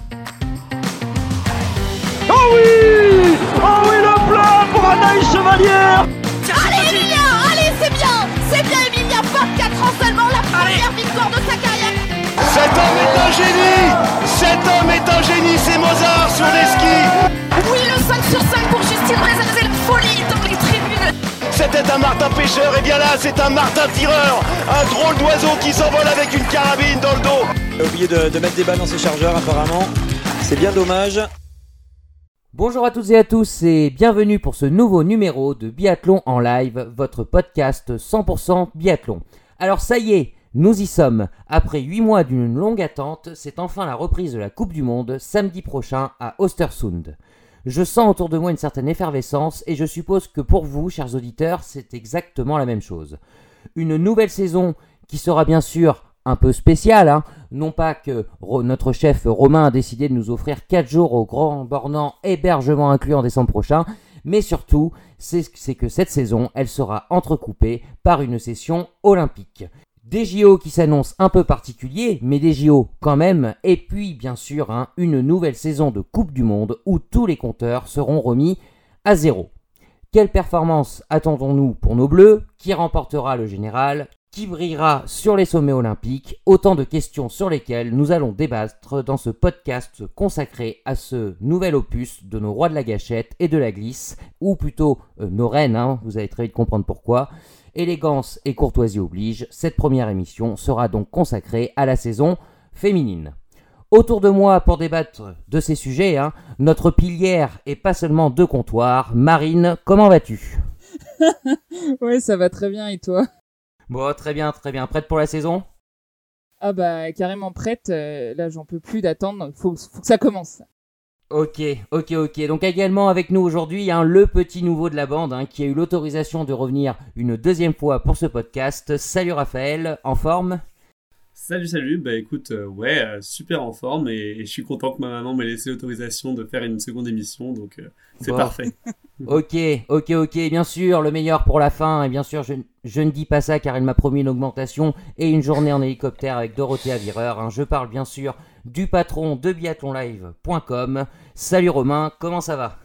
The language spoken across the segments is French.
Oh oui! Oh oui, le plat pour Anaïs Chevalier! Allez Emilia, allez c'est bien Emilia, 24 ans seulement, la première victoire de sa carrière. Cet homme est un génie, c'est Mozart sur les skis. Oui, le 5 sur 5 pour Justine Breza, c'est la folie dans les tribunes. C'était un martin pêcheur, et bien là c'est un martin tireur, un drôle d'oiseau qui s'envole avec une carabine dans le dos. Il a oublié de mettre des balles dans ses chargeurs apparemment, c'est bien dommage. Bonjour à toutes et à tous et bienvenue pour ce nouveau numéro de Biathlon en live, votre podcast 100% biathlon. Alors ça y est, nous y sommes. Après 8 mois d'une longue attente, c'est enfin la reprise de la Coupe du Monde samedi prochain à Östersund. Je sens autour de moi une certaine effervescence et je suppose que pour vous, chers auditeurs, c'est exactement la même chose. Une nouvelle saison qui sera bien sûr un peu spéciale, non pas que notre chef Romain a décidé de nous offrir 4 jours au Grand Bornand, hébergement inclus en décembre prochain, mais surtout, c'est que cette saison, elle sera entrecoupée par une session olympique. Des JO qui s'annoncent un peu particuliers, mais des JO quand même, et puis bien sûr une nouvelle saison de Coupe du Monde où tous les compteurs seront remis à zéro. Quelle performance attendons-nous pour nos Bleus? Qui remportera le général? Qui brillera sur les sommets olympiques? Autant de questions sur lesquelles nous allons débattre dans ce podcast consacré à ce nouvel opus de nos rois de la gâchette et de la glisse, ou plutôt nos reines, vous allez très vite comprendre pourquoi. Élégance et courtoisie oblige, cette première émission sera donc consacrée à la saison féminine. Autour de moi pour débattre de ces sujets, notre pilière et pas seulement de comptoir. Marine, comment vas-tu? Ouais, ça va très bien et toi? Bon, très bien. Prête pour la saison? Ah bah, carrément prête. Là, j'en peux plus d'attendre. Faut que ça commence. Ok. Donc également avec nous aujourd'hui, le petit nouveau de la bande qui a eu l'autorisation de revenir une deuxième fois pour ce podcast. Salut Raphaël, en forme? Salut, bah écoute, super en forme et je suis content que ma maman m'ait laissé l'autorisation de faire une seconde émission, donc c'est parfait. Ok, bien sûr, le meilleur pour la fin, et bien sûr, je ne dis pas ça car elle m'a promis une augmentation et une journée en hélicoptère avec Dorothée Avireur. Je parle bien sûr du patron de biathlonlive.com. Salut Romain, comment ça va?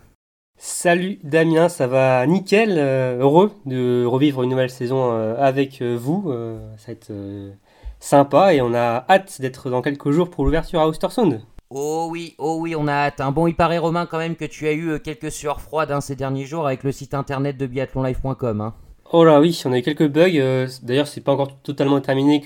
Salut Damien, ça va nickel, heureux de revivre une nouvelle saison avec vous, ça va être sympa et on a hâte d'être dans quelques jours pour l'ouverture à Östersund. Oh oui, on a hâte. Bon, il paraît Romain quand même que tu as eu quelques sueurs froides ces derniers jours avec le site internet de biathlonlive.com. Oh là oui, on a eu quelques bugs, d'ailleurs c'est pas encore totalement terminé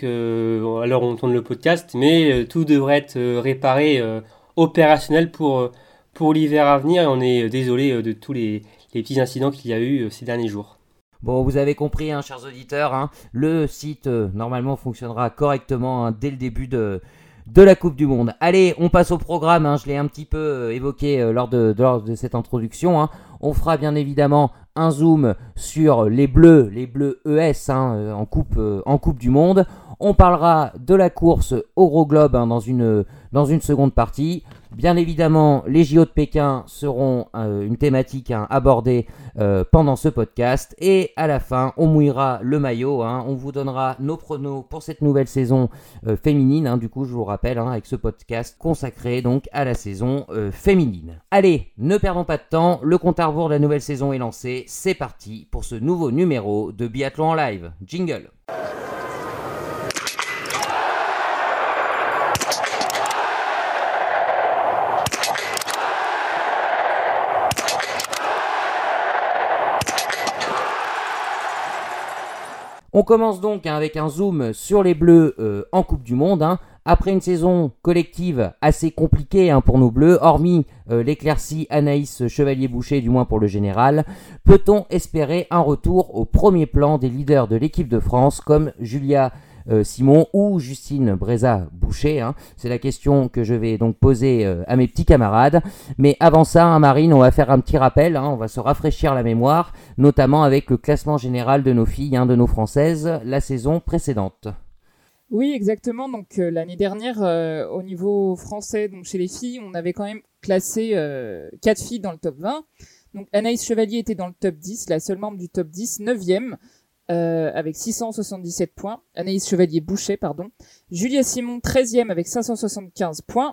à l'heure où on tourne le podcast, mais tout devrait être réparé, opérationnel pour l'hiver à venir et on est désolé de tous les petits incidents qu'il y a eu ces derniers jours. Bon, vous avez compris, chers auditeurs, le site normalement fonctionnera correctement dès le début de la Coupe du Monde. Allez, on passe au programme, je l'ai un petit peu évoqué lors de cette introduction. On fera bien évidemment un zoom sur les Bleus ES en Coupe du Monde. On parlera de la course Euroglobe dans une seconde partie. Bien évidemment, les JO de Pékin seront une thématique abordée pendant ce podcast. Et à la fin, on mouillera le maillot. On vous donnera nos pronos pour cette nouvelle saison féminine. Du coup, je vous rappelle, avec ce podcast consacré donc à la saison féminine. Allez, ne perdons pas de temps. Le compte à rebours de la nouvelle saison est lancé. C'est parti pour ce nouveau numéro de Biathlon en live. Jingle. On commence donc avec un zoom sur les Bleus en Coupe du Monde. Après une saison collective assez compliquée pour nos Bleus, hormis l'éclaircie Anaïs Chevalier-Boucher, du moins pour le général, peut-on espérer un retour au premier plan des leaders de l'équipe de France comme Julia Simon ou Justine Breza-Boucher? C'est la question que je vais donc poser à mes petits camarades. Mais avant ça, Marine, on va faire un petit rappel, on va se rafraîchir la mémoire, notamment avec le classement général de nos filles, de nos Françaises, la saison précédente. Oui, exactement. Donc l'année dernière, au niveau français, donc chez les filles, on avait quand même classé 4 filles dans le top 20. Donc Anaïs Chevalier était dans le top 10, la seule membre du top 10, 9e, avec 677 points. Anaïs Chevalier-Boucher, Julia Simon, 13e avec 575 points.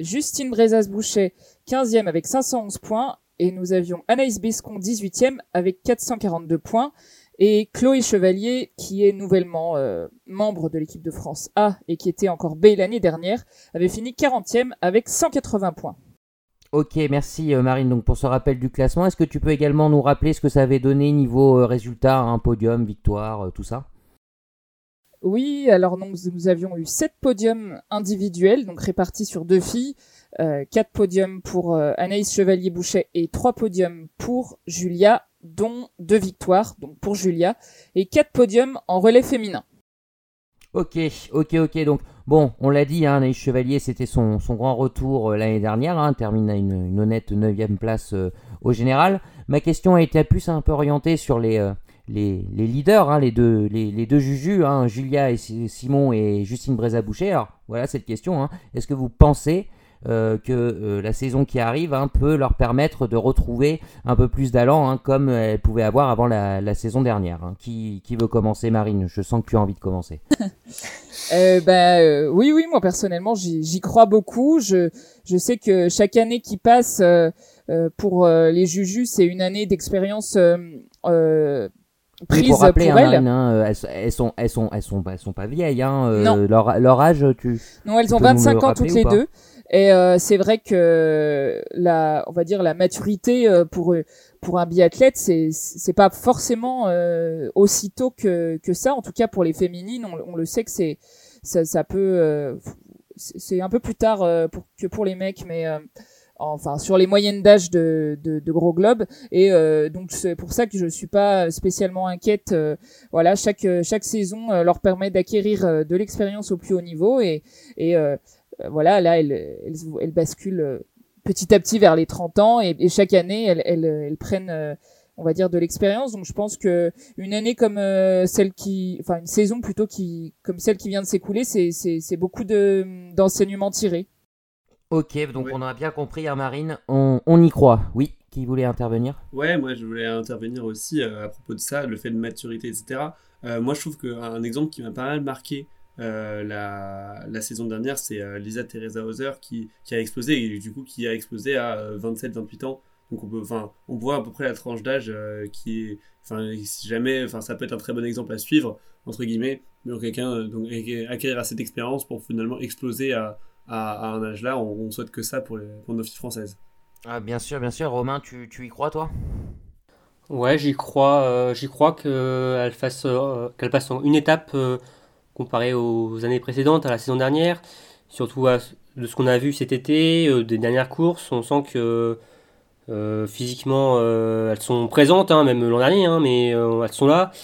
Justine Brezas-Boucher 15e avec 511 points. Et nous avions Anaïs Bescon 18e avec 442 points. Et Chloé Chevalier, qui est nouvellement membre de l'équipe de France A et qui était encore B l'année dernière, avait fini 40e avec 180 points. Ok, merci Marine donc pour ce rappel du classement. Est-ce que tu peux également nous rappeler ce que ça avait donné niveau résultat, hein, podium, victoire, tout ça ? Oui, alors nous avions eu 7 podiums individuels, donc répartis sur 2 filles, 4 podiums pour Anaïs Chevalier-Boucher et 3 podiums pour Julia, dont 2 victoires, donc pour Julia, et 4 podiums en relais féminin. Ok, donc bon, on l'a dit, hein, Anaïs Chevalier, c'était son grand retour l'année dernière, hein, termine à une honnête 9e place au général. Ma question a été plus un peu orientée sur les leaders, hein, les deux jujus, hein, Julia et Simon et Justine Brezas-Boucher. Alors voilà cette question, hein. Est-ce que vous pensez que la saison qui arrive, hein, peut leur permettre de retrouver un peu plus d'allant, hein, comme elles pouvaient avoir avant la saison dernière, hein. Qui veut commencer, Marine ? Je sens que tu as envie de commencer. Oui, moi personnellement j'y crois beaucoup. Je sais que chaque année qui passe pour les jujus, c'est une année d'expérience prise pour rappeler, pour elles. Marine, hein, elles sont pas vieilles, hein, leur âge, non, elles ont peux nous 25 le ans rappeler toutes les ou pas ? deux. Et c'est vrai que on va dire la maturité pour un biathlète, c'est pas forcément aussitôt que ça. En tout cas pour les féminines, on le sait que ça peut c'est un peu plus tard que pour les mecs, mais enfin sur les moyennes d'âge de Gros Globe. Et donc c'est pour ça que je suis pas spécialement inquiète. Voilà, chaque saison leur permet d'acquérir de l'expérience au plus haut niveau et voilà, là, elles basculent petit à petit vers les 30 ans et chaque année, elles prennent, on va dire, de l'expérience. Donc, je pense que une année comme une saison plutôt comme celle qui vient de s'écouler, c'est beaucoup d'enseignements tirés. Ok, donc on a bien compris, hein, Marine, on y croit. Oui, qui voulait intervenir ? Ouais, moi je voulais intervenir aussi à propos de ça, le fait de maturité, etc. Moi je trouve qu'un exemple qui m'a pas mal marqué la saison dernière, c'est Lisa Teresa Hauser qui a explosé, et du coup qui a explosé à 27-28 ans. Donc on voit à peu près la tranche d'âge qui est, si jamais, ça peut être un très bon exemple à suivre entre guillemets, mais quelqu'un donc acquérir cette expérience pour finalement exploser à un âge là, on souhaite que ça pour nos filles françaises. Ah, bien sûr, Romain, tu y crois toi ? Ouais, j'y crois qu'elle passe en une étape comparé aux années précédentes, à la saison dernière, surtout de ce qu'on a vu cet été, des dernières courses. On sent que physiquement elles sont présentes, hein, même l'an dernier, hein, mais elles sont là.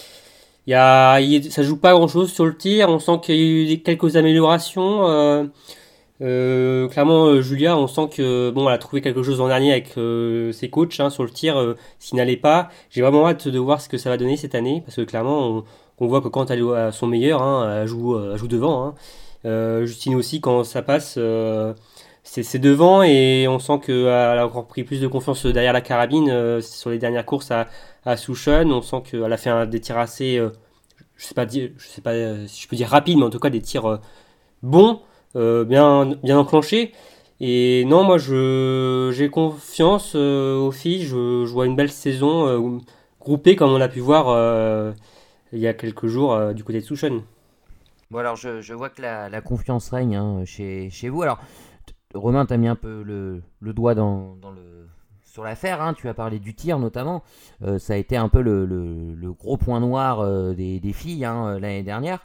Ça joue pas grand chose sur le tir, on sent qu'il y a eu quelques améliorations. Clairement, Julia, on sent que elle a trouvé quelque chose l'an dernier avec ses coachs, hein, sur le tir, s'il n'allait pas. J'ai vraiment hâte de voir ce que ça va donner cette année, parce que clairement on voit que quand elle est à son meilleur, hein, elle joue devant, hein. Justine aussi, quand ça passe, c'est devant, et on sent qu'elle a encore pris plus de confiance derrière la carabine sur les dernières courses à Souchon. On sent qu'elle a fait des tirs assez, je sais pas si je peux dire rapide, mais en tout cas des tirs bons, bien enclenchés. Et non, moi j'ai confiance aux filles. Je vois une belle saison groupée comme on a pu voir il y a quelques jours du côté de Souchon. Bon, alors je vois que la confiance règne, hein, chez vous. Alors Romain, t'as mis un peu le doigt sur l'affaire, hein. Tu as parlé du tir notamment. Ça a été un peu le gros point noir des filles, hein, l'année dernière.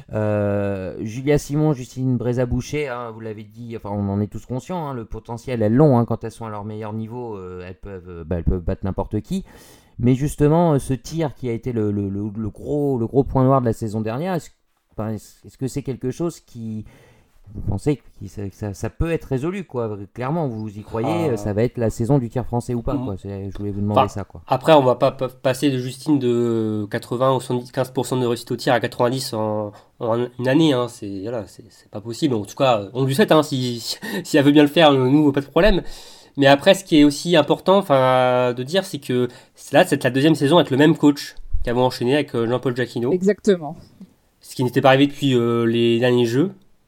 Julia Simon, Justine Brezas-Boucher, hein, vous l'avez dit, enfin on en est tous conscients, hein, le potentiel elles l'ont, hein, quand elles sont à leur meilleur niveau, elles peuvent battre n'importe qui. Mais justement, ce tir qui a été le gros point noir de la saison dernière, est-ce que c'est quelque chose qui... Vous pensez que ça peut être résolu, quoi. Clairement, vous y croyez, ça va être la saison du tir français ou pas, quoi. Je voulais vous demander ça, quoi. Après, on va pas passer de Justine de 80 ou 75% de réussite au tir à 90 en une année, hein. C'est pas possible. En tout cas, on lui souhaite, hein, si elle veut bien le faire, nous, pas de problème. Mais après, ce qui est aussi important, de dire, c'est que là, c'est la deuxième saison avec le même coach qu'avant enchaîné avec Jean-Paul Jacquinot. Exactement. Ce qui n'était pas arrivé depuis les derniers Jeux.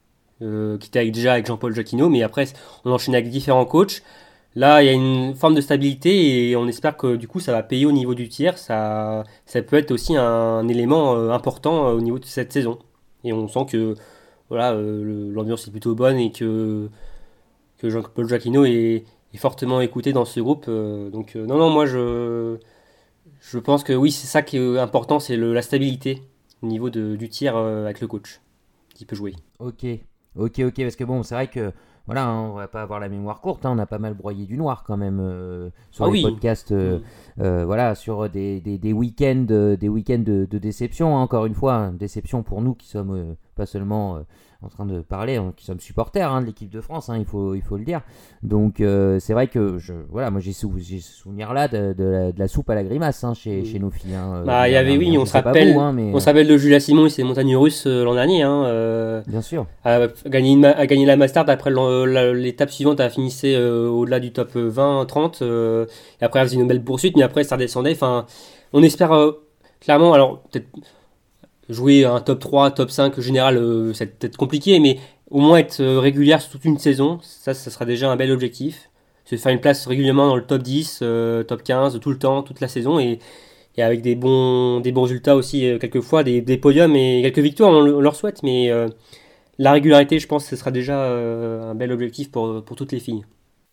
qui était déjà avec Jean-Paul Jacquinot, mais après on enchaîne avec différents coachs. Là, il y a une forme de stabilité et on espère que du coup ça va payer au niveau du tiers. Ça peut être aussi un élément important au niveau de cette saison. Et on sent que voilà, l'ambiance est plutôt bonne et que Jean-Paul Jacquinot est fortement écouté dans ce groupe. Non, moi je pense que oui, c'est ça qui est important, c'est la stabilité au niveau du tiers avec le coach qui peut jouer. Ok, parce que bon, c'est vrai que voilà, hein, on va pas avoir la mémoire courte, hein, on a pas mal broyé du noir quand même sur les podcasts, voilà, sur des week-ends, de déception, hein, encore une fois, hein, déception pour nous qui sommes pas seulement en train de parler, hein, qui sommes supporters de l'équipe de France, hein, il faut le dire. Donc c'est vrai que moi j'ai ce souvenir là de la soupe à la grimace, hein, chez nos filles. Hein, il y avait on se rappelle, on s'appelle de Julia Simon et ses montagnes russes l'an dernier. Hein, bien sûr. A gagné la Mastart, après l'étape suivante elle finissait au-delà du top 20-30 et après elle faisait une belle poursuite, mais après ça redescendait. Enfin, on espère clairement, alors peut-être jouer un top 3, top 5 général, c'est peut-être compliqué, mais au moins être régulière sur toute une saison, ça sera déjà un bel objectif. Se faire une place régulièrement dans le top 10, top 15, tout le temps, toute la saison, et avec des bons résultats aussi, quelquefois, des podiums et quelques victoires, on leur souhaite, mais la régularité, je pense que ce sera déjà un bel objectif pour toutes les filles.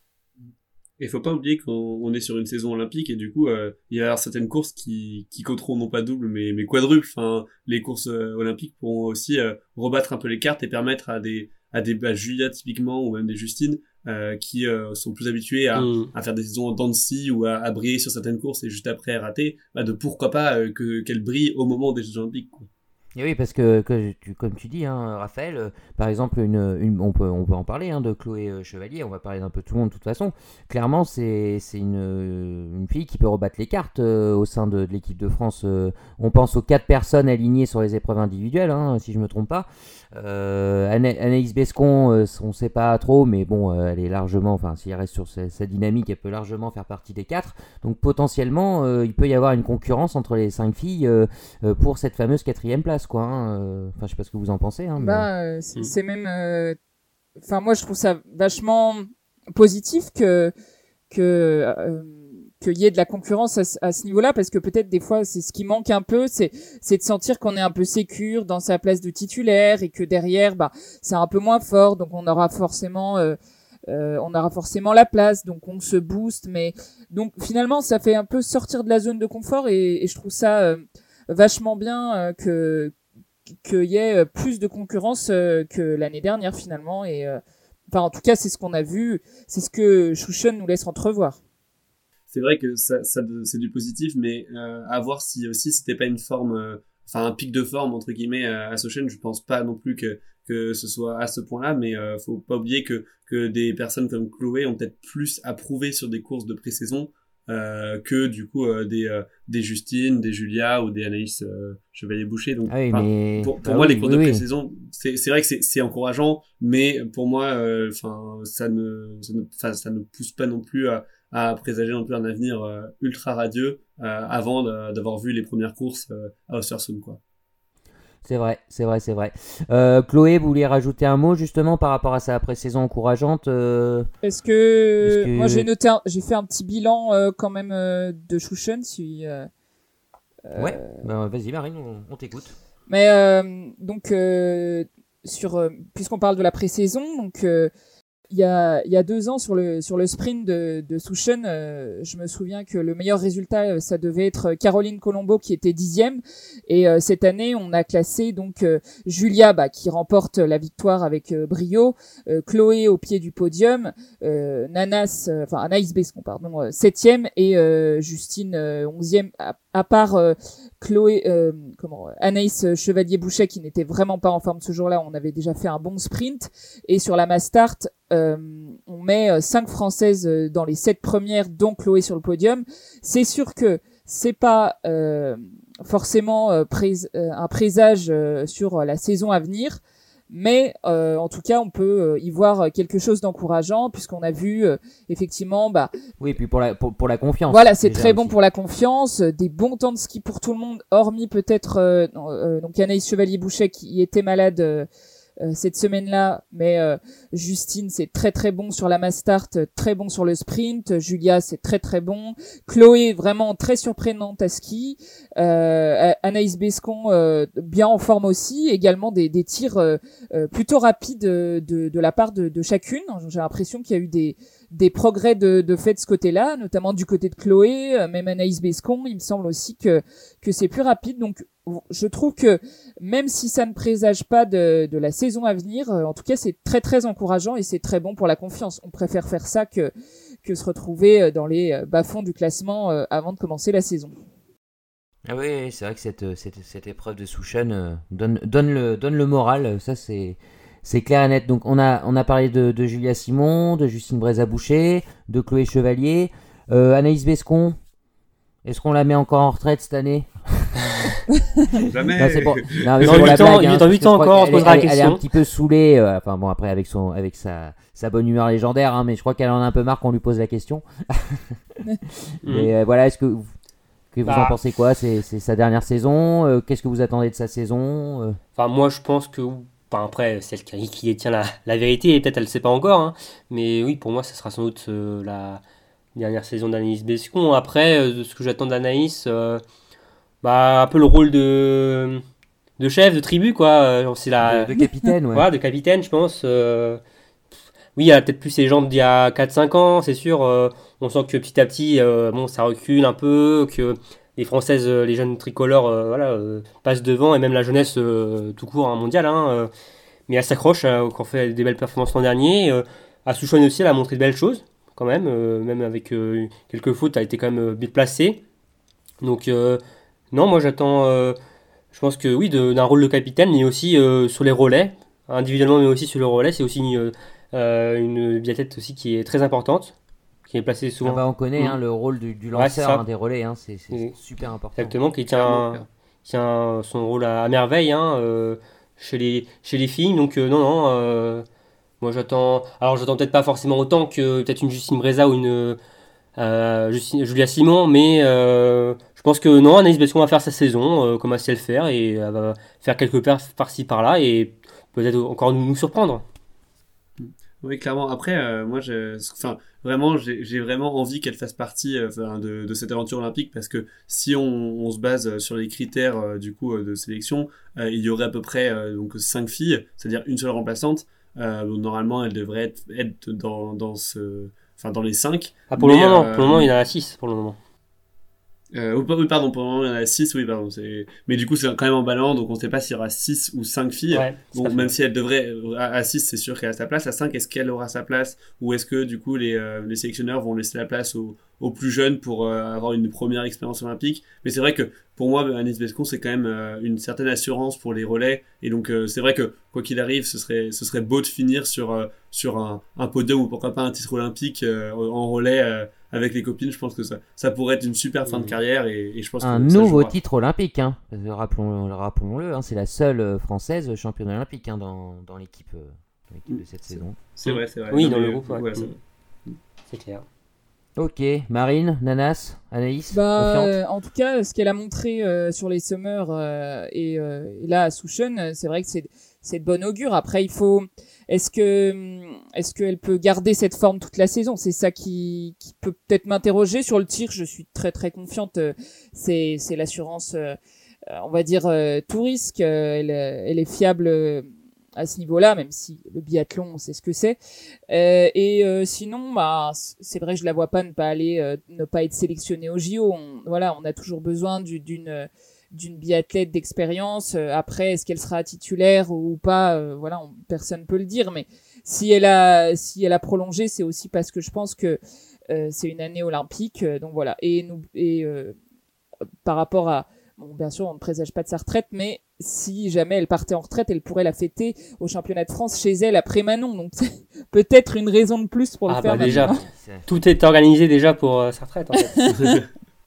Et faut pas oublier qu'on est sur une saison olympique et du coup il va y avoir certaines courses qui compteront non pas double mais quadruple. Enfin, les courses olympiques pourront aussi rebattre un peu les cartes et permettre à des Julia typiquement ou même des Justine qui sont plus habitués à faire des saisons en dents de scie ou à briller sur certaines courses et juste après rater, de pourquoi pas qu'elles brillent au moment des Jeux olympiques, quoi. Et oui, parce que comme tu dis, hein, Raphaël, par exemple, on peut en parler, hein, de Chloé Chevalier, on va parler d'un peu tout le monde de toute façon. Clairement, c'est une fille qui peut rebattre les cartes au sein de l'équipe de France. On pense aux 4 personnes alignées sur les épreuves individuelles, hein, si je ne me trompe pas. Anaïs Bescon, on ne sait pas trop, mais bon, elle est largement, enfin, si elle reste sur sa dynamique, elle peut largement faire partie des 4. Donc potentiellement, il peut y avoir une concurrence entre les 5 filles pour cette fameuse 4e place, quoi. Hein. Enfin, je sais pas ce que vous en pensez. Hein, mais... c'est même, enfin, moi, je trouve ça vachement positif qu'il y ait de la concurrence à ce niveau-là, parce que peut-être des fois c'est ce qui manque un peu, c'est de sentir qu'on est un peu sécure dans sa place de titulaire et que derrière c'est un peu moins fort, donc on aura forcément la place, donc on se booste, mais donc finalement ça fait un peu sortir de la zone de confort et je trouve ça vachement bien qu'il y ait plus de concurrence que l'année dernière finalement, et enfin en tout cas c'est ce qu'on a vu, c'est ce que Souchon nous laisse entrevoir. C'est vrai que ça c'est du positif, mais à voir si aussi c'était pas une forme, enfin un pic de forme entre guillemets à Souchon. Je pense pas non plus que ce soit à ce point-là, mais faut pas oublier que des personnes comme Chloé ont peut-être plus à prouver sur des courses de pré-saison que du coup des Justine, des Julia ou des Anaïs Chevalier-Boucher. Donc pour moi les courses de pré-saison, c'est vrai que c'est encourageant, mais pour moi ça ne pousse pas non plus à présager non plus un avenir ultra radieux avant d'avoir vu les premières courses à Östersund, quoi. C'est vrai. Chloé, vous vouliez rajouter un mot justement par rapport à sa pré-saison encourageante Est-ce que moi j'ai fait un petit bilan quand même de Souchon si Ouais, vas-y Marine, on t'écoute. Mais donc puisqu'on parle de la pré-saison, donc il y a 2 ans sur le sprint de Souchon, je me souviens que le meilleur résultat ça devait être Caroline Colombo qui était 10e, et cette année on a classé donc Julia qui remporte la victoire avec brio, Chloé au pied du podium, Anaïs Bescon 7e et Justine 11e, à part Chloé Anaïs Chevalier-Boucher qui n'était vraiment pas en forme ce jour-là. On avait déjà fait un bon sprint, et sur la Mastart on met 5 Françaises dans les 7 premières, dont Chloé sur le podium. C'est sûr que c'est pas forcément un présage sur la saison à venir, mais en tout cas on peut y voir quelque chose d'encourageant, puisqu'on a vu effectivement oui, et puis pour la confiance, voilà, c'est très bon pour la confiance, des bons temps de ski pour tout le monde, hormis peut-être donc Anaïs Chevalier-Boucher qui était malade cette semaine-là, mais Justine c'est très très bon sur la mass start, très bon sur le sprint, Julia c'est très très bon, Chloé vraiment très surprenante à ski, Anaïs Bescon bien en forme aussi, également des tirs plutôt rapides de la part de chacune. J'ai l'impression qu'il y a eu des progrès de fait de ce côté-là, notamment du côté de Chloé, même Anaïs Bescon, il me semble aussi que c'est plus rapide. Donc je trouve que même si ça ne présage pas de la saison à venir, en tout cas c'est très très encourageant et c'est très bon pour la confiance. On préfère faire ça que se retrouver dans les bas-fonds du classement avant de commencer la saison. Ah oui, c'est vrai que cette épreuve de Souchon donne le moral, ça c'est clair et net. Donc on a parlé de Julia Simon, de Justine Brézaboucher, de Chloé Chevalier, Anaïs Bescon. Est-ce qu'on la met encore en retraite cette année? Jamais. Non, c'est pour la blague. Dans 8 ans encore, on se posera la question. Elle est un petit peu saoulée. Enfin bon, après avec sa bonne humeur légendaire, hein, mais je crois qu'elle en a un peu marre qu'on lui pose la question. Mais voilà, est-ce que vous en pensez quoi? C'est sa dernière saison. Qu'est-ce que vous attendez de sa saison? Enfin, moi, je pense que. Enfin, après, celle qui détient la vérité, et peut-être elle ne sait pas encore. Hein, mais oui, pour moi, ça sera sans doute la dernière saison d'Anaïs Bescon. Après, de ce que j'attends d'Anaïs, un peu le rôle de chef, de tribu, quoi. C'est de capitaine, ouais. Voilà, de capitaine, je pense. Oui, elle a peut-être plus ses jambes d'il y a 4-5 ans, c'est sûr. On sent que petit à petit, ça recule un peu, que les Françaises, les jeunes tricolores, passent devant, et même la jeunesse tout court, mondiale. Mais elle s'accroche, qu'on fait des belles performances l'an dernier. À Souchon aussi, elle a montré de belles choses, quand même. Même avec quelques fautes, elle a été quand même bien placée. Donc, non, moi j'attends, je pense que oui, d'un rôle de capitaine, mais aussi sur les relais, individuellement, mais aussi sur le relais. C'est aussi une biathlète aussi qui est très importante, qui est placée souvent. On connaît le rôle du lanceur des relais, c'est super important. Exactement, qui tient son rôle à merveille chez les filles. Donc moi j'attends peut-être pas forcément autant que peut-être une Justine Bréza ou une Julia Simon, mais je pense que non, Anaïs Bescon va faire sa saison comme elle sait le faire, et elle va faire quelques perfs par-ci par-là et peut-être encore nous surprendre. Oui, clairement. Après, moi, j'ai vraiment envie qu'elle fasse partie de cette aventure olympique, parce que si on se base sur les critères de sélection, il y aurait à peu près 5 filles, c'est-à-dire une seule remplaçante. Normalement, elle devrait être dans les 5. Pour le moment, il y en a 6 pour le moment. Oui, pardon, pour le moment il y en a 6, oui, pardon. Mais du coup, c'est quand même emballant, donc on ne sait pas s'il y aura 6 ou 5 filles. Ouais, bon, même si elle devrait, à 6, c'est sûr qu'elle a sa place. À 5, est-ce qu'elle aura sa place? Ou est-ce que, du coup, les sélectionneurs vont laisser la place aux plus jeunes pour avoir une première expérience olympique? Mais c'est vrai que, pour moi, Anaïs Bescon, c'est quand même une certaine assurance pour les relais. Et donc, c'est vrai que, quoi qu'il arrive, ce serait beau de finir sur un podium, ou pourquoi pas un titre olympique en relais avec les copines. Je pense que ça pourrait être une super fin de carrière, et je pense un nouveau titre olympique, rappelons-le, c'est la seule française championne olympique dans l'équipe de cette saison. C'est vrai. Oui, dans le groupe, c'est clair. Ok, Marine, Nanas, Anaïs, confiante? En tout cas, ce qu'elle a montré sur les Summers et là à Souchon, c'est vrai que c'est de bon augure. Après, il faut, est-ce qu'elle peut garder cette forme toute la saison? C'est ça qui peut peut-être m'interroger. Sur le tir, je suis très très confiante. C'est l'assurance, on va dire, tout risque. Elle est fiable à ce niveau-là, même si le biathlon, on sait ce que c'est. Sinon, c'est vrai que je la vois pas ne pas être sélectionnée au JO. On a toujours besoin d'une biathlète d'expérience. Après, est-ce qu'elle sera titulaire ou pas? Personne peut le dire. Mais si elle a prolongé, c'est aussi parce que je pense que c'est une année olympique. Donc voilà. Et par rapport à, bien sûr, on ne présage pas de sa retraite, mais si jamais elle partait en retraite, elle pourrait la fêter au championnat de France chez elle après Manon. Donc c'est peut-être une raison de plus pour le faire. Déjà, tout est organisé déjà pour sa retraite, en fait.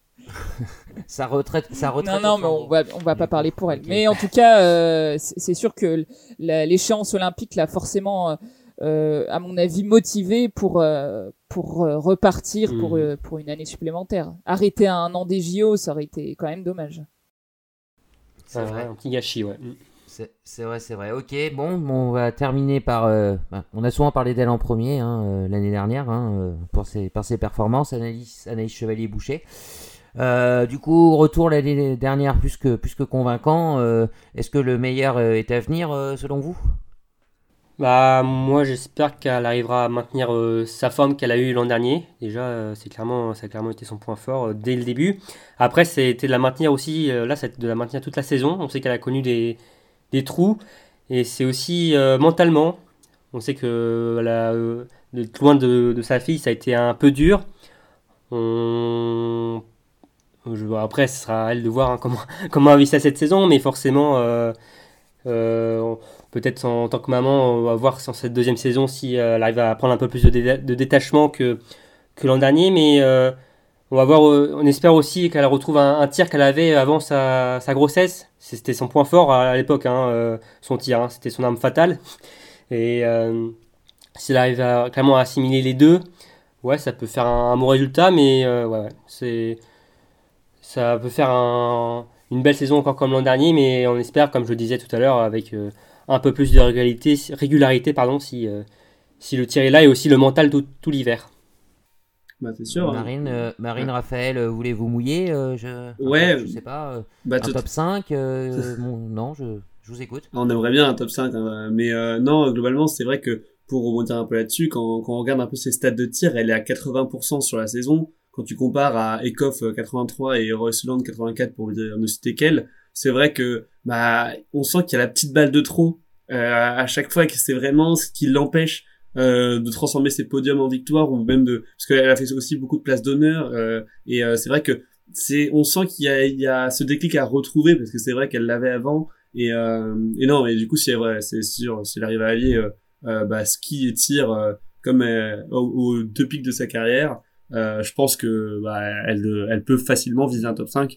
Sa retraite. Non, mais on va pas parler pour elle. Okay. Mais en tout cas, c'est sûr que l'échéance olympique l'a forcément, à mon avis, motivée pour repartir pour une année supplémentaire. Arrêter à un an des JO, ça aurait été quand même dommage. C'est vrai, un petit gâchis, ouais. C'est vrai. Ok, bon, on va terminer par... on a souvent parlé d'elle en premier l'année dernière par ses performances, Anaïs Chevalier-Boucher. Du coup, retour l'année dernière plus que convaincant. Est-ce que le meilleur est à venir selon vous ? Bah, moi, j'espère qu'elle arrivera à maintenir sa forme qu'elle a eue l'an dernier. Déjà, ça a clairement été son point fort dès le début. Après, c'était de la maintenir aussi. Là, c'est de la maintenir toute la saison. On sait qu'elle a connu des trous. Et c'est aussi mentalement. On sait que d'être loin de sa fille, ça a été un peu dur. Après, ce sera à elle de voir comment elle vit ça cette saison. Mais forcément, peut-être en tant que maman, on va voir sur cette deuxième saison si elle arrive à prendre un peu plus de détachement que l'an dernier. Mais on va voir, on espère aussi qu'elle retrouve un tir qu'elle avait avant sa grossesse. C'était son point fort à l'époque, son tir, c'était son arme fatale. Et si elle arrive clairement à assimiler les deux, ouais, ça peut faire un bon résultat. Mais ça peut faire une belle saison encore comme l'an dernier, mais on espère, comme je le disais tout à l'heure, avec un peu plus de régularité si le tir est là, et aussi le mental tout l'hiver. Bah, c'est sûr. Marine, Raphaël, voulez-vous mouiller je sais pas. Un top 5 non, je vous écoute. On aimerait bien un top 5, mais non, globalement, c'est vrai que pour rebondir un peu là-dessus, quand on regarde un peu ses stats de tir, elle est à 80% sur la saison. Quand tu compares à Eckhoff 83 et Royce-Land 84 pour ne citer qu'elle, c'est vrai que on sent qu'il y a la petite balle de trop à chaque fois, que c'est vraiment ce qui l'empêche de transformer ses podiums en victoire, ou même parce qu'elle a fait aussi beaucoup de places d'honneur, et c'est vrai que on sent qu'il y a ce déclic à retrouver, parce que c'est vrai qu'elle l'avait avant, et non, et du coup c'est sûr, si elle arrive à allier ski et tir comme aux deux pics de sa carrière, je pense que elle peut facilement viser un top 5.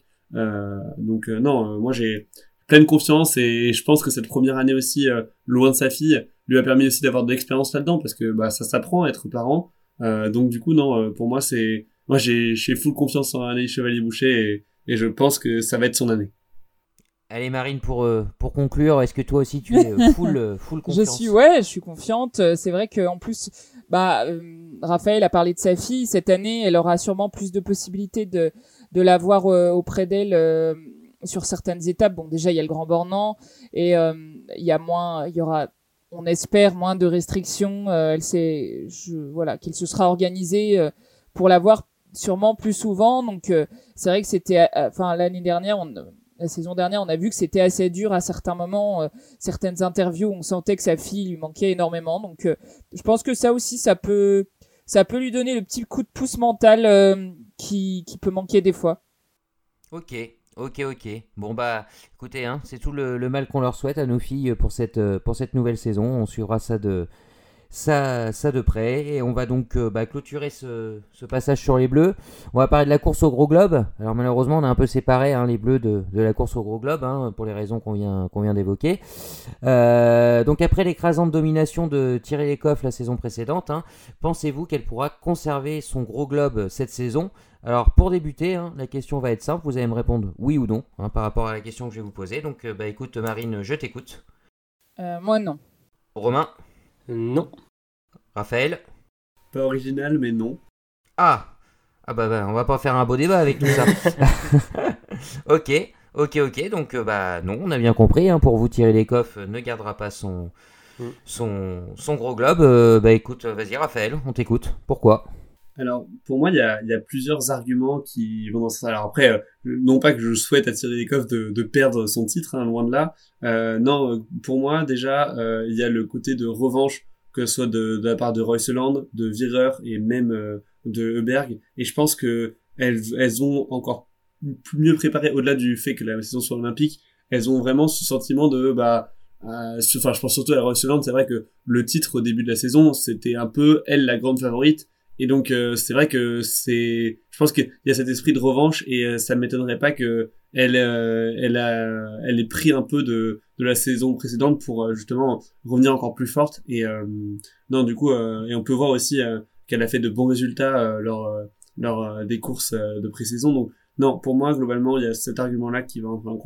Moi j'ai pleine confiance, et je pense que cette première année aussi loin de sa fille lui a permis aussi d'avoir de l'expérience là-dedans, parce que ça s'apprend à être parent. Donc du coup pour moi j'ai full confiance en Anaïs Chevalier-Boucher, et je pense que ça va être son année. Allez Marine, pour conclure, est-ce que toi aussi tu es full confiance ? Je suis confiante. C'est vrai qu'en plus, Raphaël a parlé de sa fille. Cette année, elle aura sûrement plus de possibilités de l'avoir auprès d'elle sur certaines étapes. Bon, déjà il y a le Grand Bornand, et il y aura, on espère, moins de restrictions. Qu'il se sera organisé pour l'avoir sûrement plus souvent. Donc c'est vrai que c'était, l'année dernière, la saison dernière, on a vu que c'était assez dur à certains moments. Certaines interviews, on sentait que sa fille lui manquait énormément. Donc, je pense que ça aussi, ça peut lui donner le petit coup de pouce mental qui peut manquer des fois. Ok. Bon écoutez, c'est tout le mal qu'on leur souhaite à nos filles pour cette nouvelle saison. On suivra ça de près, et on va donc clôturer ce passage sur les Bleus. On va parler de la course au Gros Globe. Alors malheureusement on a un peu séparé les Bleus de la course au Gros Globe, pour les raisons qu'on vient d'évoquer. Donc après l'écrasante domination de Thierry Eckhoff la saison précédente, pensez-vous qu'elle pourra conserver son Gros Globe cette saison ? Alors pour débuter, la question va être simple, vous allez me répondre oui ou non par rapport à la question que je vais vous poser. Donc écoute Marine, je t'écoute. Moi non. Romain ? Non. Raphaël ? Pas original, mais non. on va pas faire un beau débat avec tout ça. Ok. Donc non, on a bien compris. Pour vous, Thierry Eckhoff ne gardera pas son Gros Globe. Écoute, vas-y Raphaël, on t'écoute. Pourquoi ? Alors, pour moi, il y a plusieurs arguments qui vont dans ce sens. Alors après, non pas que je souhaite à Thierry Eckhoff de perdre son titre, loin de là. Non, pour moi, déjà, il y a le côté de revanche, que ce soit de la part de Royce-Land, de Wierer et même de Heuberg. Et je pense que elles ont encore mieux préparé, au-delà du fait que la saison soit olympique, elles ont vraiment ce sentiment de je pense surtout à Royce-Land. C'est vrai que le titre au début de la saison, c'était un peu elle la grande favorite. Et donc c'est vrai que je pense qu'il y a cet esprit de revanche, et ça m'étonnerait pas que elle ait pris un peu de la saison précédente pour justement revenir encore plus forte. Et non, du coup, et on peut voir aussi qu'elle a fait de bons résultats lors des courses de pré-saison. Donc non, pour moi globalement il y a cet argument là qui va un peu en compte.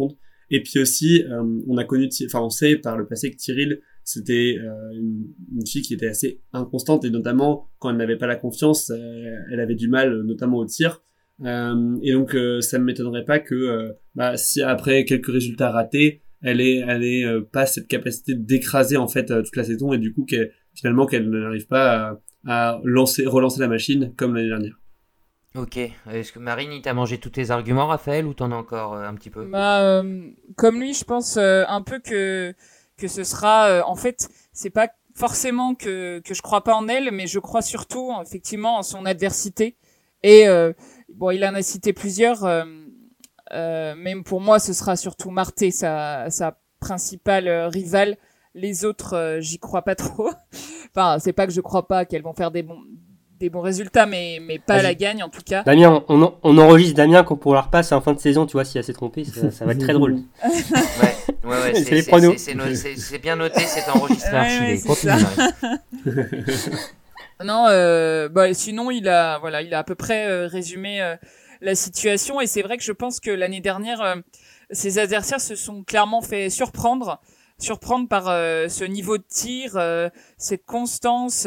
Et puis aussi, on sait par le passé que Tyrell, c'était une fille qui était assez inconstante, et notamment quand elle n'avait pas la confiance, elle avait du mal, notamment au tir. Et donc, ça ne m'étonnerait pas que si après quelques résultats ratés, elle ait pas cette capacité d'écraser en fait toute la saison, et du coup qu'elle n'arrive pas à relancer la machine comme l'année dernière. Ok. Est-ce que Marine, il t'a mangé tous tes arguments, Raphaël, ou t'en as encore un petit peu? Comme lui, je pense un peu que ce sera en fait, c'est pas forcément que je crois pas en elle, mais je crois surtout effectivement en son adversité. Et bon, il en a cité plusieurs, même pour moi, ce sera surtout Marté, sa principale rivale. Les autres, j'y crois pas trop. Enfin, c'est pas que je crois pas qu'elles vont faire des bons résultats, mais pas à la gagne en tout cas. Damien, on enregistre Damien pour la repasse en fin de saison, tu vois, si elle s'est trompée, ça va être très drôle. Ouais, c'est les pronos. C'est bien noté, c'est enregistré, archivé. Continue, Marine. Non, sinon il a à peu près résumé la situation, et c'est vrai que je pense que l'année dernière, ses adversaires se sont clairement fait surprendre par ce niveau de tir, cette constance.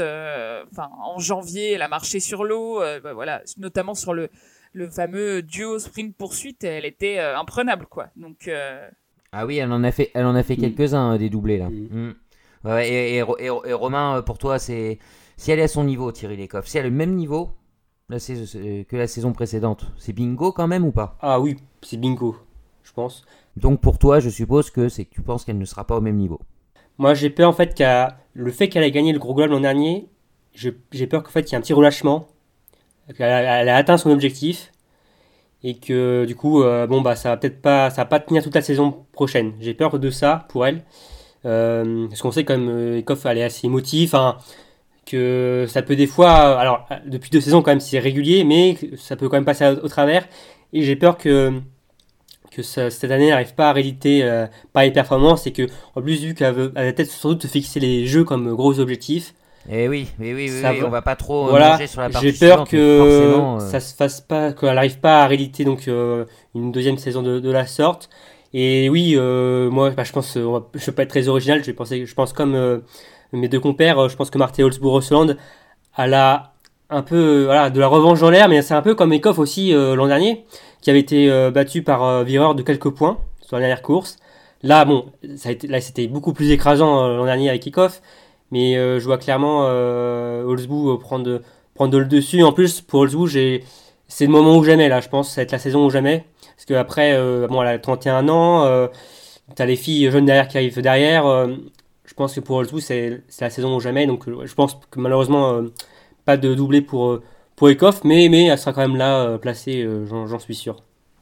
En janvier, elle a marché sur l'eau, notamment sur le fameux duo sprint poursuite, elle était imprenable, quoi. Donc ah oui, elle en a fait quelques-uns des doublés là. Ouais, et Romain, pour toi, c'est si elle est à son niveau, Thierry Lecoff, si elle a le même niveau que la saison précédente, c'est bingo quand même ou pas? Ah oui, c'est bingo, je pense. Donc pour toi, je suppose que c'est que tu penses qu'elle ne sera pas au même niveau. Moi, j'ai peur en fait le fait qu'elle ait gagné le Gros Globe l'an dernier, j'ai peur qu'en fait il y ait un petit relâchement, qu'elle a atteint son objectif, et que du coup, ça va pas tenir toute la saison prochaine. J'ai peur de ça pour elle, parce qu'on sait quand même Lecoff, elle est assez émotive, que ça peut des fois, alors depuis 2 saisons quand même c'est régulier, mais ça peut quand même passer au travers, et j'ai peur que cette année n'arrive pas à rééditer pareille performance, et que en plus, vu qu'elle a peut-être sans doute fixer les jeux comme gros objectifs. Et oui, on va pas trop manger sur la partie. J'ai peur que ça se fasse pas, qu'elle n'arrive pas à rééditer donc une deuxième saison de la sorte. Et oui, moi je pense, je vais pas être très original, je pense comme mes 2 compères, je pense que Marté Holzbourg-Rosseland, elle a un peu de la revanche dans l'air, mais c'est un peu comme Lecoff aussi l'an dernier, qui avait été battu par Vireur de quelques points sur la dernière course. Là, c'était beaucoup plus écrasant l'an dernier avec Lecoff, mais je vois clairement Holzbourg prendre le dessus. En plus, pour Holzbourg, c'est le moment ou jamais, là, je pense, ça va être la saison ou jamais, parce qu'après, elle a 31 ans, t'as les filles jeunes derrière qui arrivent derrière, je pense que pour Holzbourg, c'est la saison ou jamais, donc je pense que malheureusement, pas de doublé pour Lecoff, mais elle sera quand même là, placée, j'en suis sûr.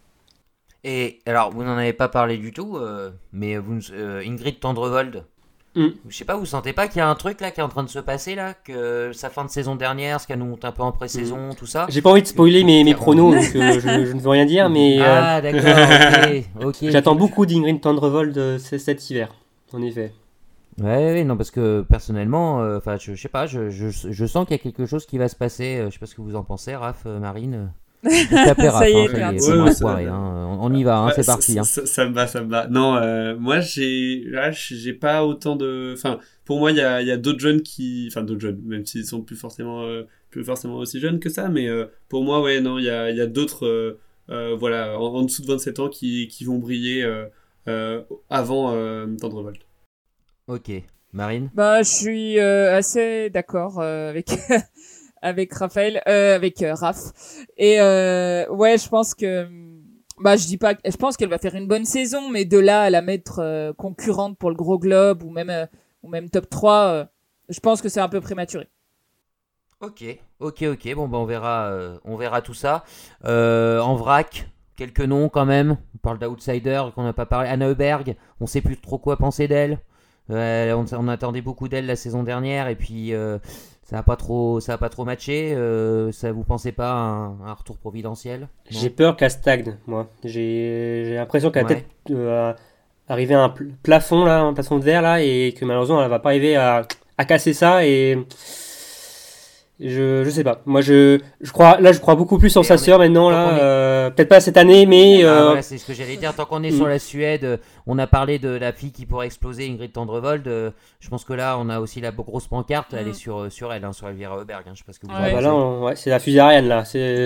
Et alors, vous n'en avez pas parlé du tout, mais Ingrid Tendrevold, je sais pas, vous sentez pas qu'il y a un truc là qui est en train de se passer là, que sa fin de saison dernière, ce qu'elle nous monte un peu en pré-saison, tout ça. J'ai pas envie de spoiler mes pronos, donc je ne veux rien dire, mais ah d'accord, ok. J'attends beaucoup d'Ingrid Tendrevold cet hiver, en effet. Ouais, non, parce que personnellement, je sais pas, je sens qu'il y a quelque chose qui va se passer. Je sais pas ce que vous en pensez, Raph, Marine. Ça y est, on y va, c'est parti. Ça me va. Non, moi j'ai pas autant de. Enfin, pour moi il y a d'autres jeunes d'autres jeunes, même s'ils sont plus forcément aussi jeunes que ça, mais pour moi il y a d'autres en dessous de 27 ans qui vont briller avant Tendrevold. Ok, Marine. Je suis assez d'accord avec Raphaël, avec Raph. Et je pense que je pense qu'elle va faire une bonne saison, mais de là à la mettre concurrente pour le Gros Globe ou même top 3, je pense que c'est un peu prématuré. Ok. Bon, on verra tout ça. En vrac, quelques noms quand même. On parle d'outsider qu'on n'a pas parlé. Anna Heuberg, on sait plus trop quoi penser d'elle. On attendait beaucoup d'elle la saison dernière, et puis ça a pas trop matché. Ça, vous pensez pas un retour providentiel? J'ai peur qu'elle stagne, moi. J'ai l'impression qu'elle va peut-être arriver à un plafond là, un plafond de verre là, et que malheureusement elle va pas arriver à casser ça, et Je sais pas. Moi, je crois beaucoup plus en sa sœur maintenant, tant là. Peut-être pas cette année, mais. Voilà, c'est ce que j'allais dire. Tant qu'on est sur la Suède, on a parlé de la fille qui pourrait exploser, Ingrid Tendrevold. Je pense que là, on a aussi la grosse pancarte. Elle est sur elle, sur Elvira Heuberg. Je sais pas ce que vous Ah bah là, c'est la fusée Ariane, là.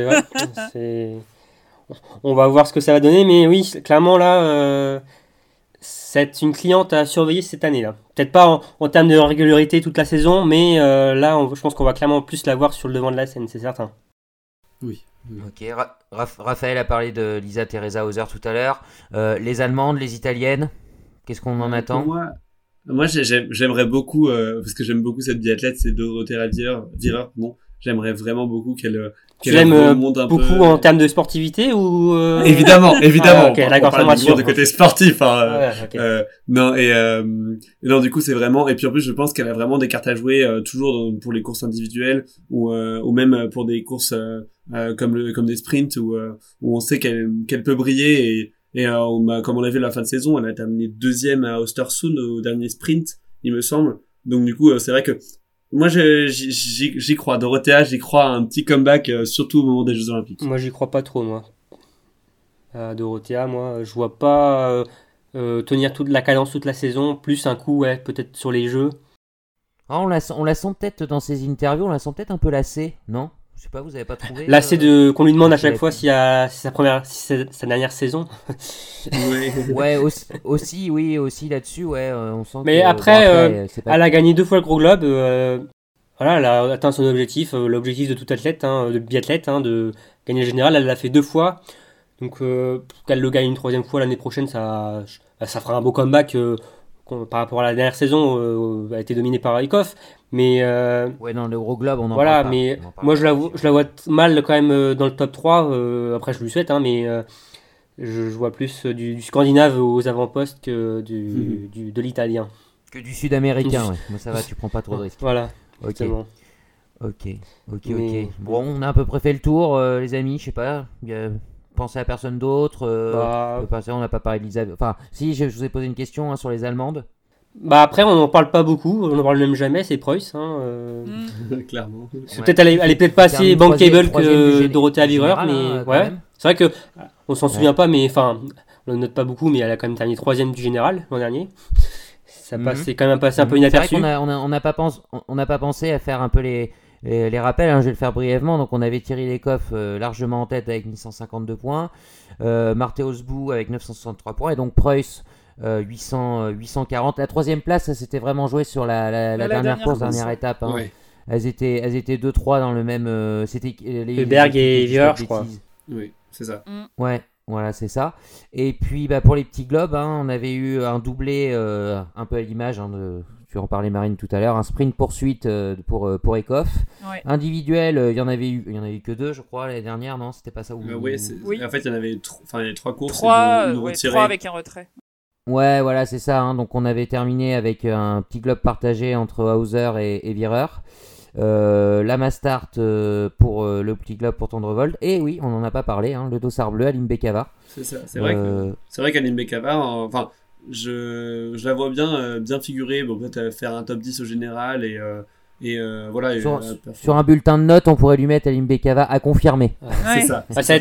On va voir ce que ça va donner, mais oui, clairement, là, c'est une cliente à surveiller cette année-là. Peut-être pas en termes de régularité toute la saison, mais là, je pense qu'on va clairement plus la voir sur le devant de la scène, c'est certain. Oui. Ok, Raphaël a parlé de Lisa Teresa Hauser tout à l'heure. Les Allemandes, les Italiennes, qu'est-ce qu'on en attend? Moi j'aimerais beaucoup, parce que j'aime beaucoup cette biathlète, c'est Dorothea Virer. Bon, j'aimerais vraiment beaucoup qu'elle remonte un beaucoup peu, en termes de sportivité ou Évidemment. Ah, okay, on parle du côté sportif. Non, non, du coup c'est vraiment, et puis en plus je pense qu'elle a vraiment des cartes à jouer toujours pour les courses individuelles ou même pour des courses comme des sprints où on sait qu'elle peut briller et comme on l'a vu à la fin de saison, elle a terminé 2e à Östersund au dernier sprint, il me semble. Donc du coup c'est vrai que moi, j'y crois. Dorothea, j'y crois à un petit comeback, surtout au moment des Jeux Olympiques. Moi, j'y crois pas trop, moi. Dorothea, moi, je vois pas tenir toute la cadence toute la saison, plus un coup, peut-être sur les Jeux. Ah, on la sent peut-être dans ses interviews, on la sent peut-être un peu lassée, non? Je sais pas, vous avez pas trouvé lassée qu'on lui demande à chaque fois si c'est sa dernière saison. Ouais, aussi là-dessus, ouais, on sent. Mais après, elle a gagné 2 fois le Gros Globe. Voilà, elle a atteint son objectif, l'objectif de tout athlète, de biathlète, de gagner le général. Elle l'a fait 2 fois. Donc qu'elle le gagne une 3e fois l'année prochaine, ça fera un beau comeback. Par rapport à la dernière saison, a été dominée par Raikkoff, mais ouais, dans le Gros Globe, on en voilà, parle pas. mais moi je la vois mal quand même dans le top 3. Après, je lui souhaite, mais je vois plus du scandinave aux avant-postes que de l'italien. Que du sud-américain, ouais. Moi, ça va, tu prends pas trop de risques. Voilà. Ok. Bon, on a à peu près fait le tour, les amis. Je sais pas. Pensez à personne d'autre. On n'a pas parlé d'Elisabeth. Enfin, si, je vous ai posé une question sur les Allemandes. Après, on n'en parle pas beaucoup. On n'en parle même jamais. C'est Preuss. Clairement. Peut-être elle est peut-être pas assez bankable que Dorothea Virer, mais ouais. C'est vrai que on s'en souvient pas, mais enfin, on le note pas beaucoup, mais elle a quand même terminé 3e du général l'an dernier. C'est quand même passé un peu inaperçu. C'est vrai qu'on n'a pas pensé à faire un peu les rappels, je vais le faire brièvement. Donc on avait Thierry Lecoff largement en tête avec 1152 points, Mateusz Bou avec 963 points et donc Preuss 840. La 3e place, ça s'était vraiment joué sur la dernière course, dernière étape. Ouais. Elles étaient 2-3 dans le même. C'était Heuberg et Virer, je crois. Oui, c'est ça. Ouais. Voilà, c'est ça. Et puis pour les petits globes, on avait eu un doublé un peu à l'image tu en parlais Marine tout à l'heure, un sprint poursuite pour Eckhoff. Ouais. Individuel, il y en avait eu que 2, je crois, l'année dernière, non? C'était pas ça? Oui. En fait, il y en avait 3 courses. 3 avec un retrait. Ouais, voilà, c'est ça. Donc on avait terminé avec un petit globe partagé entre Hauser et Virer. La Mastart pour le petit globe pour Tendrevold. Et oui, on n'en a pas parlé, le dossard bleu, Aline Bekava. C'est ça. C'est vrai qu'Aline Bekava, enfin, je la vois bien figurer. Bon, peut-être faire un top 10 au général et voilà. Sur un bulletin de notes, on pourrait lui mettre Aline Bekava à confirmer. C'est ça. Ça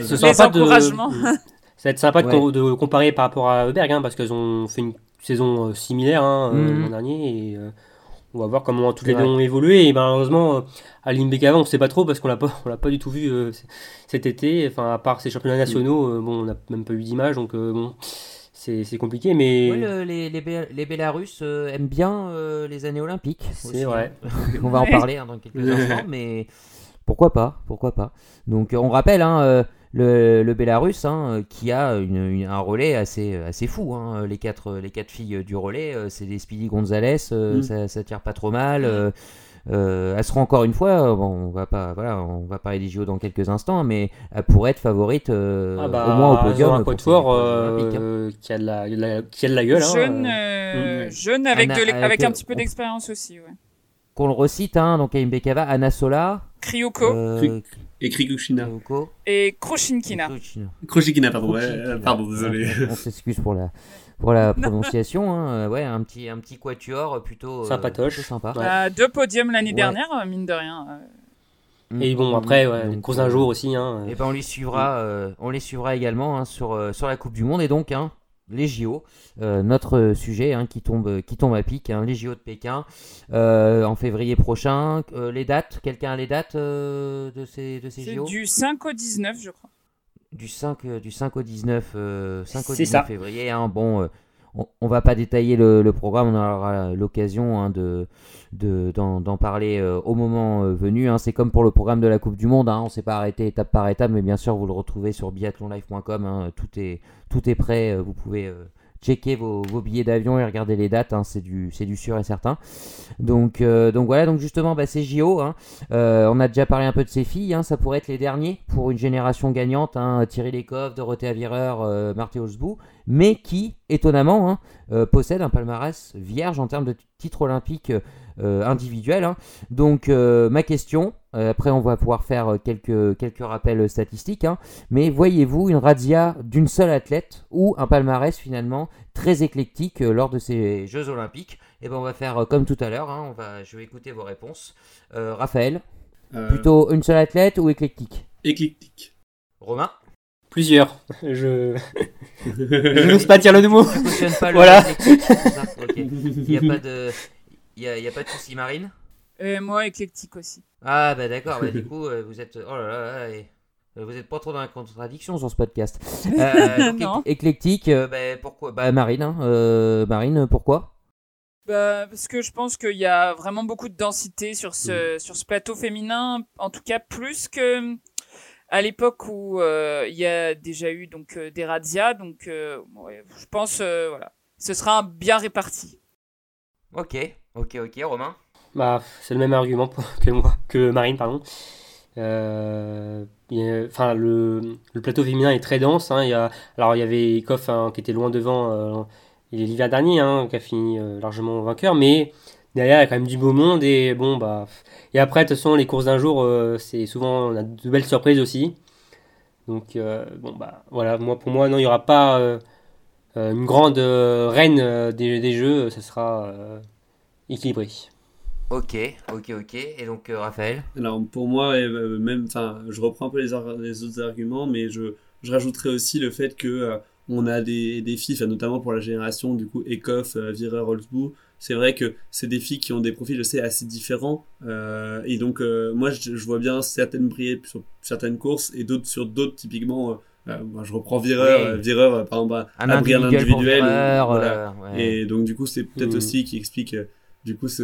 va être sympa de comparer par rapport à Heuberg, parce qu'elles ont fait une saison similaire l'an dernier et on va voir comment toutes les deux ont évolué. Et malheureusement, Aline Bekava, on ne sait pas trop parce qu'on l'a pas du tout vu cet été. Enfin, à part ces championnats nationaux, on n'a même pas eu d'image, donc c'est compliqué. Mais les Bélarusses aiment bien les années olympiques. C'est aussi, vrai. On va en parler dans quelques instants, mais pourquoi pas. Donc on rappelle le Bélarus qui a un relais assez fou. Les quatre filles du relais, c'est des Speedy Gonzalez, ça tire pas trop mal. Elles seront encore une fois, on va parler des JO dans quelques instants, mais elles pourraient être favorites au moins au podium. Un quatuor qui a de la gueule. Jeune avec un petit peu d'expérience aussi. Ouais. Qu'on le recite, donc Aline Bekava, Anna Sola, Kryuko et Krikushina et Kroshinkina. Kroshinkina, pardon, désolé. On s'excuse pour la prononciation. Un petit quatuor plutôt sympatoche. sympa. 2 podiums l'année dernière, mine de rien. Et bon, après, Donc, course d'un jour aussi. Hein. Et ben on les suivra également hein, sur la Coupe du Monde et donc hein, les JO, notre sujet hein, qui tombe à pic, hein, les JO de Pékin en février prochain. Les dates, quelqu'un a les dates de ces C'est JO? du 5 au 19, je crois. Du 5 au 19, 5 au C'est 19 ça. février. Hein, bon, on va pas détailler le programme, on aura l'occasion hein, d'en parler au moment venu. Hein. C'est comme pour le programme de la Coupe du Monde, hein, on s'est pas arrêté étape par étape, mais bien sûr vous le retrouvez sur biathlonlive.com. Hein, tout est prêt, vous pouvez checker vos billets d'avion et regarder les dates, hein, c'est du sûr et certain. Donc voilà, donc justement ces JO, hein, on a déjà parlé un peu de ces filles, hein, ça pourrait être les derniers pour une génération gagnante, hein, Thierry Lecoff, Dorothea Virer, Marthe Holzbou, mais qui, étonnamment, hein, possède un palmarès vierge en termes de titres olympiques individuels. Hein. Donc ma question, après on va pouvoir faire quelques rappels statistiques, hein, mais voyez-vous une razzia d'une seule athlète ou un palmarès finalement très éclectique lors de ces Jeux Olympiques? Et ben on va faire comme tout à l'heure, hein, je vais écouter vos réponses. Raphaël, plutôt une seule athlète ou éclectique? Éclectique. Romain? Plusieurs. Je n'ose pas dire le mot. Ça fonctionne pas le Voilà. éclectique, c'est ça? Ok. Il y a pas de souci, Marine? Moi, éclectique aussi. Ah bah d'accord, du coup vous êtes oh là là, vous êtes pas trop dans la contradiction sur ce podcast. Donc, Non. éclectique, pourquoi? Marine, hein, Marine, pourquoi? Parce que je pense qu'il y a vraiment beaucoup de densité sur ce plateau féminin, en tout cas plus que à l'époque où il y a déjà eu donc des razzias, donc je pense voilà, ce sera bien réparti. Ok, Romain? C'est le même argument que Marine, pardon. Enfin, le plateau féminin est très dense. Hein. Il y avait Koff hein, qui était loin devant l'hiver dernier, hein, qui a fini largement vainqueur, mais derrière il y a quand même du beau monde et bon et après de toute façon les courses d'un jour c'est souvent on a de belles surprises aussi. Donc voilà, pour moi non, il y aura pas une grande reine des jeux, ça sera équilibré. Ok. Et donc Raphaël? Alors pour moi, je reprends un peu les autres arguments, mais je rajouterais aussi le fait que on a des filles, notamment pour la génération du coup Eckhoff, Virer, Holzbou. C'est vrai que c'est des filles qui ont des profils, je sais, assez différents. Et donc moi, je vois bien certaines briller sur certaines courses et d'autres sur d'autres. Typiquement, moi, je reprends Virer, Oui. Virer par exemple, Un briller individuel pour Virer, voilà. ouais. Et donc du coup, c'est peut-être aussi qui explique du coup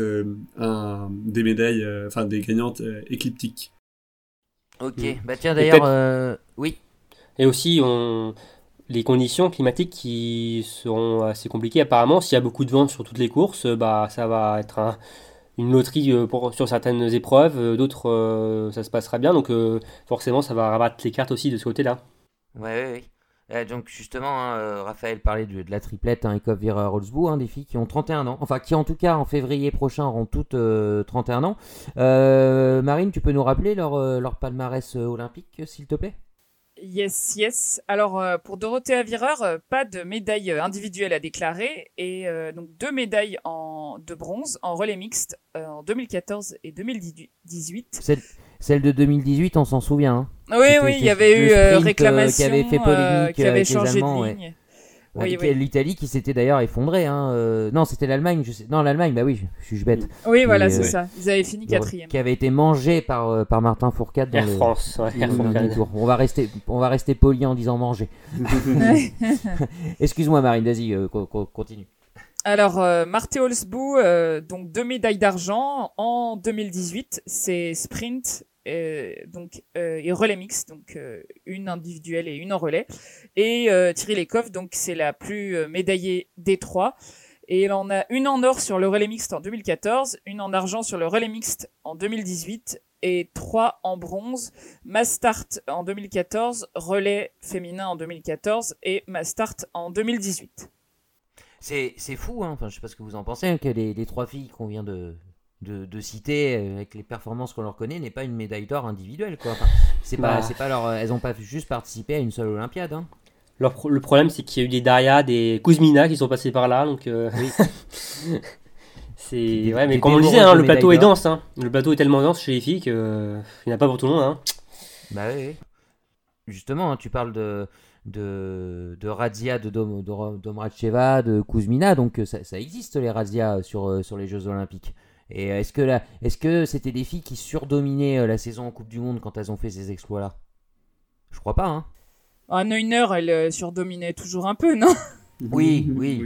des médailles, des gagnantes écliptiques. Ok, tiens d'ailleurs, oui. Et aussi les conditions climatiques qui seront assez compliquées apparemment. S'il y a beaucoup de vent sur toutes les courses, ça va être une loterie sur certaines épreuves, d'autres ça se passera bien, donc forcément ça va rabattre les cartes aussi de ce côté-là. Oui. Donc justement, hein, Raphaël parlait de la triplette, hein, Eckhoff, Virer, Holzbou, hein, des filles qui ont 31 ans, enfin qui en tout cas en février prochain auront toutes 31 ans. Marine, tu peux nous rappeler leur palmarès olympique, s'il te plaît? Yes. Alors, pour Dorothea Virer, pas de médaille individuelle à déclarer et donc 2 médailles de bronze en relais mixte en 2014 et 2018. Celle de 2018, on s'en souvient. Hein. Oui, il y avait eu sprint, réclamation qui avait fait polémique, qui avait avec changé les Allemands, de ligne. Ouais. Oui. L'Italie qui s'était d'ailleurs effondrée. Hein. Non, c'était l'Allemagne. Non, l'Allemagne, oui, je suis bête. Oui, voilà, c'est ça. Ils avaient fini 4e. Qui avait été mangé par Martin Fourcade dans France. Ouais, Air Fourcade. On va rester poli en disant manger. Excuse-moi, Marine, vas-y, continue. Alors, Marthe Holzbou, donc 2 médailles d'argent en 2018, c'est sprint et relais mixte, donc une individuelle et une en relais. Et Thierry Lecoff, donc c'est la plus médaillée des 3. Et elle en a une en or sur le relais mixte en 2014, une en argent sur le relais mixte en 2018 et 3 en bronze. Mastart en 2014, relais féminin en 2014 et Mastart en 2018. C'est fou, hein. Enfin, je sais pas ce que vous en pensez, hein, que les 3 filles qu'on vient de citer, avec les performances qu'on leur connaît, n'est pas une médaille d'or individuelle, quoi. Enfin, c'est pas leur, elles ont pas juste participé à une seule Olympiade. Hein. Le problème, c'est qu'il y a eu des Daria, des Kuzmina qui sont passés par là, donc oui. mais comme on le disait, hein, le plateau est dense. Hein. Le plateau est tellement dense chez les filles qu'il n'y en a pas pour tout le monde. Hein. Bah oui. Justement, hein, tu parles de Razia, de Domracheva, de Kuzmina, donc ça existe les razzias sur les Jeux Olympiques. Et est-ce que c'était des filles qui surdominaient la saison en Coupe du Monde quand elles ont fait ces exploits-là? Je crois pas, hein. Ah, Neuner, elle surdominait toujours un peu, non? Oui,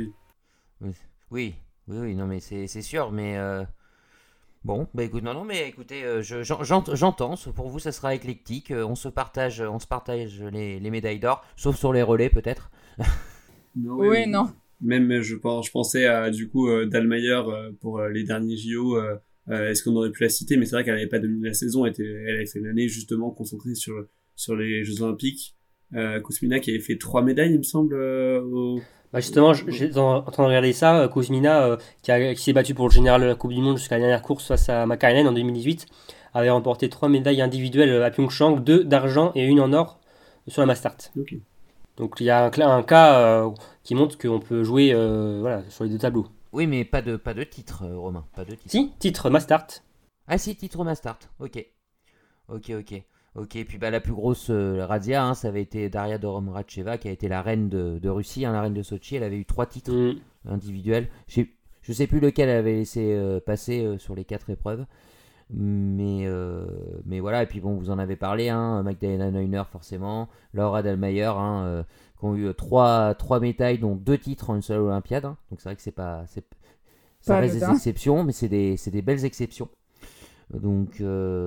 non mais c'est sûr, mais bon, bah écoute, non, mais écoutez, j'entends, pour vous ça sera éclectique, on se partage les médailles d'or, sauf sur les relais peut-être. Oui, non. Même je pensais à du coup Dahlmeier pour les derniers JO. Est-ce qu'on aurait pu la citer? Mais c'est vrai qu'elle n'avait pas dominé la saison, elle avait fait l'année justement concentrée sur les Jeux Olympiques. Kuzmina qui avait fait 3 médailles, il me semble. Justement, j'étais en train de regarder ça. Kuzmina, qui s'est battu pour le général de la Coupe du Monde jusqu'à la dernière course face à Makarainen en 2018, avait remporté 3 médailles individuelles à Pyeongchang, 2 d'argent et 1 en or sur la Mastart. Okay. Donc il y a un cas qui montre qu'on peut jouer sur les 2 tableaux. Oui, mais pas de titre, Romain, pas de titre. Si, titre Mastart. Ah si, titre Mastart, ok. Ok, puis la plus grosse razzia, hein, ça avait été Daria Domracheva qui a été la reine de Russie, hein, la reine de Sochi. Elle avait eu 3 titres individuels. Je sais plus lequel elle avait laissé passer sur les 4 épreuves. Mais voilà, et puis bon, vous en avez parlé, hein, Magdalena Neuner forcément, Laura Dahlmeier, hein, qui ont eu 3 médailles, dont 2 titres en une seule Olympiade. Hein. Donc c'est vrai que ça reste des exceptions, mais c'est des belles exceptions. Donc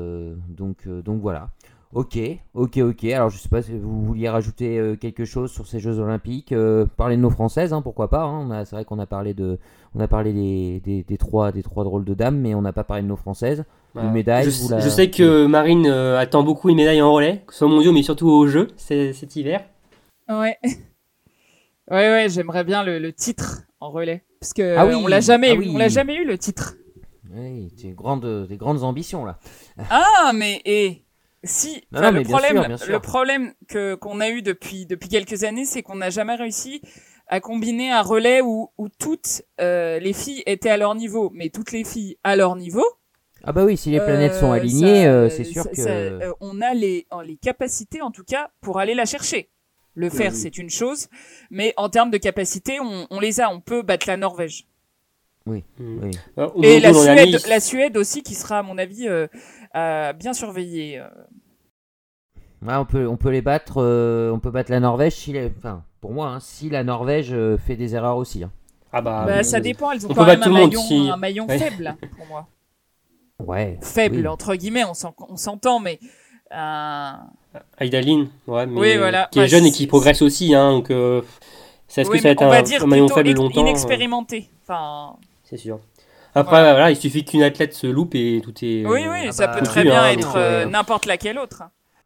voilà. Ok. Alors je sais pas si vous vouliez rajouter quelque chose sur ces Jeux Olympiques. Parler de nos Françaises, hein, pourquoi pas. Hein. C'est vrai qu'on a parlé des trois drôles de dames, mais on n'a pas parlé de nos Françaises. Une médaille. Je sais que Marine attend beaucoup une médaille en relais, que ce soit mondiaux, mais surtout aux Jeux cet hiver. Ouais, j'aimerais bien le titre en relais, parce que on l'a jamais eu. On l'a jamais eu le titre. Oui, tu as des grandes ambitions là. Ah, mais si. Non, mais le problème qu'on a eu depuis quelques années, c'est qu'on n'a jamais réussi à combiner un relais où toutes les filles étaient à leur niveau, mais toutes les filles à leur niveau. Ah bah oui, si les planètes sont alignées, c'est sûr que on a les capacités en tout cas pour aller la chercher. Le faire, c'est une chose, mais en termes de capacité, on les a. On peut battre la Norvège. Oui. Et la Suède aussi, qui sera à mon avis à bien surveiller. Ouais, on peut les battre. On peut battre la Norvège pour moi, hein, si la Norvège fait des erreurs aussi. Hein. Ah bah, ça dépend. Elles ont quand même un maillon faible pour moi. Ouais. Faible entre guillemets, on s'entend, mais. Aidaline, voilà. Qui est jeune et qui progresse aussi, hein, donc est-ce que ça va être un maillon faible longtemps inexpérimenté. Enfin. C'est sûr. Après, il suffit qu'une athlète se loupe et tout est. Oui, ça peut très bien être n'importe laquelle autre.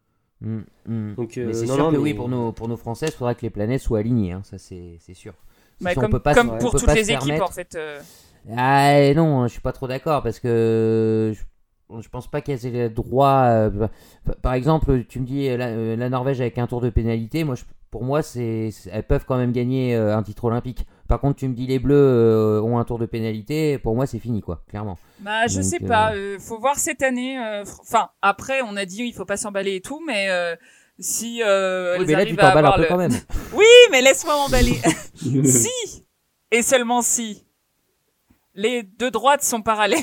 Donc, mais c'est sûr que oui, pour nos Françaises, il faudra que les planètes soient alignées, hein, ça c'est sûr. Comme pour toutes les équipes en fait. Ah non, je suis pas trop d'accord parce que je pense pas qu'elles aient le droit. Par exemple, tu me dis la Norvège avec un tour de pénalité. Pour moi, elles peuvent quand même gagner un titre olympique. Par contre, tu me dis les Bleus ont un tour de pénalité. Pour moi, c'est fini, quoi, clairement. Je sais pas. Faut voir cette année. Enfin, après, on a dit il faut pas s'emballer et tout, mais si. Oui, mais là, tu t'emballes un peu quand même. Oui, mais laisse-moi m'emballer. Si et seulement si. Les 2 droites sont parallèles.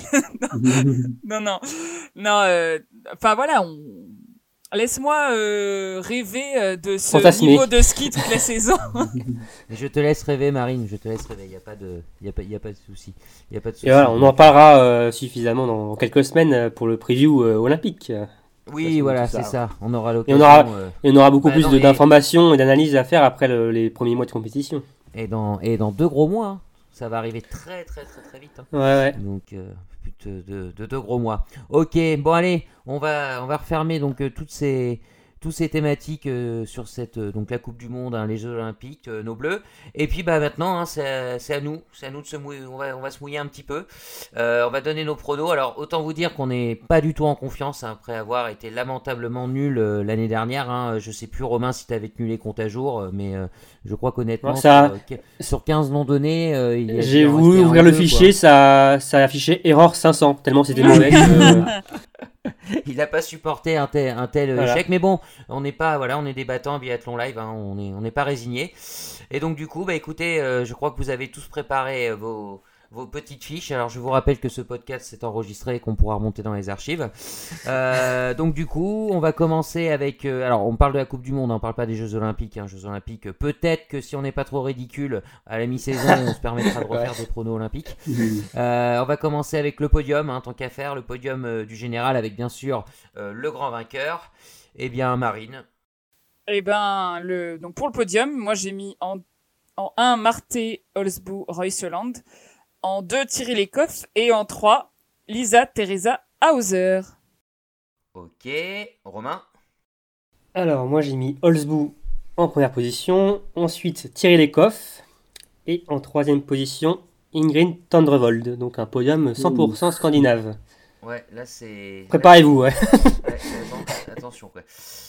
Non. Enfin voilà, laisse-moi rêver de ce niveau de ski toute la saison. Je te laisse rêver, Marine. Je te laisse rêver. Il y a pas de souci. Et voilà, on en parlera suffisamment dans quelques semaines pour le preview olympique. Oui, voilà, c'est ça. On aura l'occasion. Et on aura beaucoup plus d'informations et d'analyses à faire après les premiers mois de compétition. Et dans 2 gros mois. Hein. Ça va arriver très très très très vite. Hein. Ouais. Donc de 2 gros mois. Ok, bon allez, on va refermer donc toutes ces tous ces thématiques sur donc la Coupe du Monde, hein, les Jeux Olympiques, nos Bleus. Et puis maintenant, hein, c'est à nous de se mouiller. On va se mouiller un petit peu. On va donner nos pronos. Alors autant vous dire qu'on n'est pas du tout en confiance, hein, après avoir été lamentablement nul l'année dernière. Hein. Je sais plus, Romain, si tu avais tenu les comptes à jour, mais je crois qu'honnêtement, sur 15 noms donnés, j'ai voulu ouvrir le fichier, ça affichait erreur 500, tellement c'était mauvais. Il n'a pas supporté un tel échec, mais bon, on n'est pas, on est des battants à Biathlon Live, hein, on n'est pas résignés. Et donc du coup, écoutez, je crois que vous avez tous préparé vos petites fiches. Alors je vous rappelle que ce podcast s'est enregistré et qu'on pourra remonter dans les archives. Donc du coup, on va commencer avec... alors on parle de la Coupe du Monde, on ne parle pas des Jeux Olympiques. Hein, Jeux Olympiques, peut-être que si on n'est pas trop ridicule, à la mi-saison, on se permettra de refaire des pronos olympiques. On va commencer avec le podium, hein, tant qu'à faire, le podium du général avec bien sûr le grand vainqueur. Eh bien Marine. Eh ben, donc pour le podium, moi j'ai mis en 1 Marté Holzboe Reuseland, en 2 Thierry Lecoff et en 3 Lisa Teresa Hauser. Ok, Romain. Alors moi j'ai mis Holzboe en première position, ensuite Thierry Lecoff et en troisième position Ingrid Tendrevold, donc un podium 100% scandinave. Ouais, là c'est... Préparez-vous, ouais. Attention, quoi.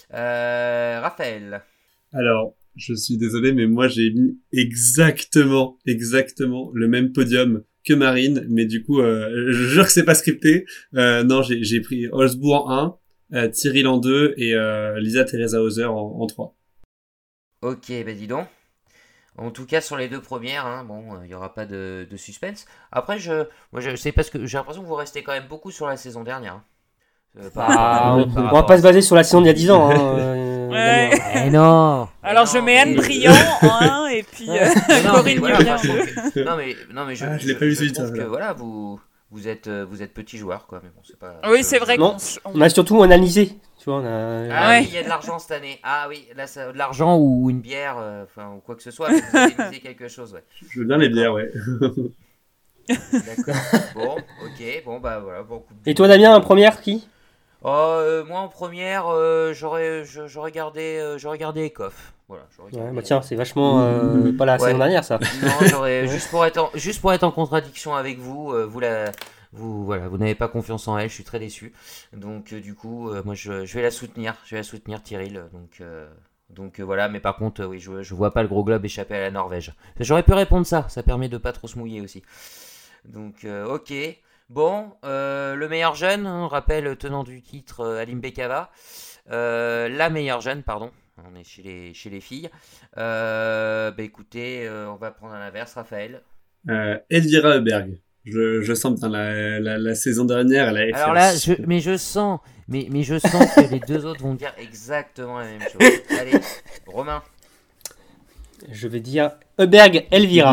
Raphaël. Alors, je suis désolé, mais moi j'ai mis exactement le même podium que Marine, mais du coup, je jure que c'est pas scripté. Non, j'ai pris Holzboe en 1, Thierry en 2 et Lisa Teresa Hauser en 3. Ok, dis donc. En tout cas, sur les 2 premières, hein, il n'y aura pas de suspense. Après, je sais parce que j'ai l'impression que vous restez quand même beaucoup sur la saison dernière. Hein. On va pas se baser sur la saison d'il y a 10 ans. Hein, ouais. Non. Alors je mets Anne Briand en 1 et puis Corinne Julien. Non mais je l'ai pas vu celui-là. Que voilà, vous êtes petits joueurs quoi, mais bon c'est pas. Oui, c'est vrai on a surtout analysé. Tu vois, oui, il y a de l'argent cette année. Ah oui, là ça, de l'argent ou une bière, ou quoi que ce soit. Vous avez misé quelque chose, ouais. Je veux bien les bières, ouais. D'accord. Bon, ok, voilà. Bon, et toi, Damien, en première, qui? Moi en première, j'aurais gardé Ekoff. Voilà, tiens, c'est vachement pas la saison dernière ça. Non, j'aurais juste pour être en contradiction avec vous, vous n'avez pas confiance en elle, je suis très déçu. Donc du coup, moi je vais la soutenir, Tyrell. Donc voilà, mais par contre, oui, je vois pas le gros globe échapper à la Norvège. J'aurais pu répondre ça permet de pas trop se mouiller aussi. Donc ok. Bon, le meilleur jeune, on rappelle tenant du titre Alim Bekava. La meilleure jeune, pardon. On est chez les filles. Écoutez, on va prendre à l'inverse, Raphaël. Elvira Heuberg. Je sens que dans la saison dernière, elle avait fait. Alors là, je sens que les 2 autres vont dire exactement la même chose. Allez, Romain. Je vais dire Heuberg Elvira.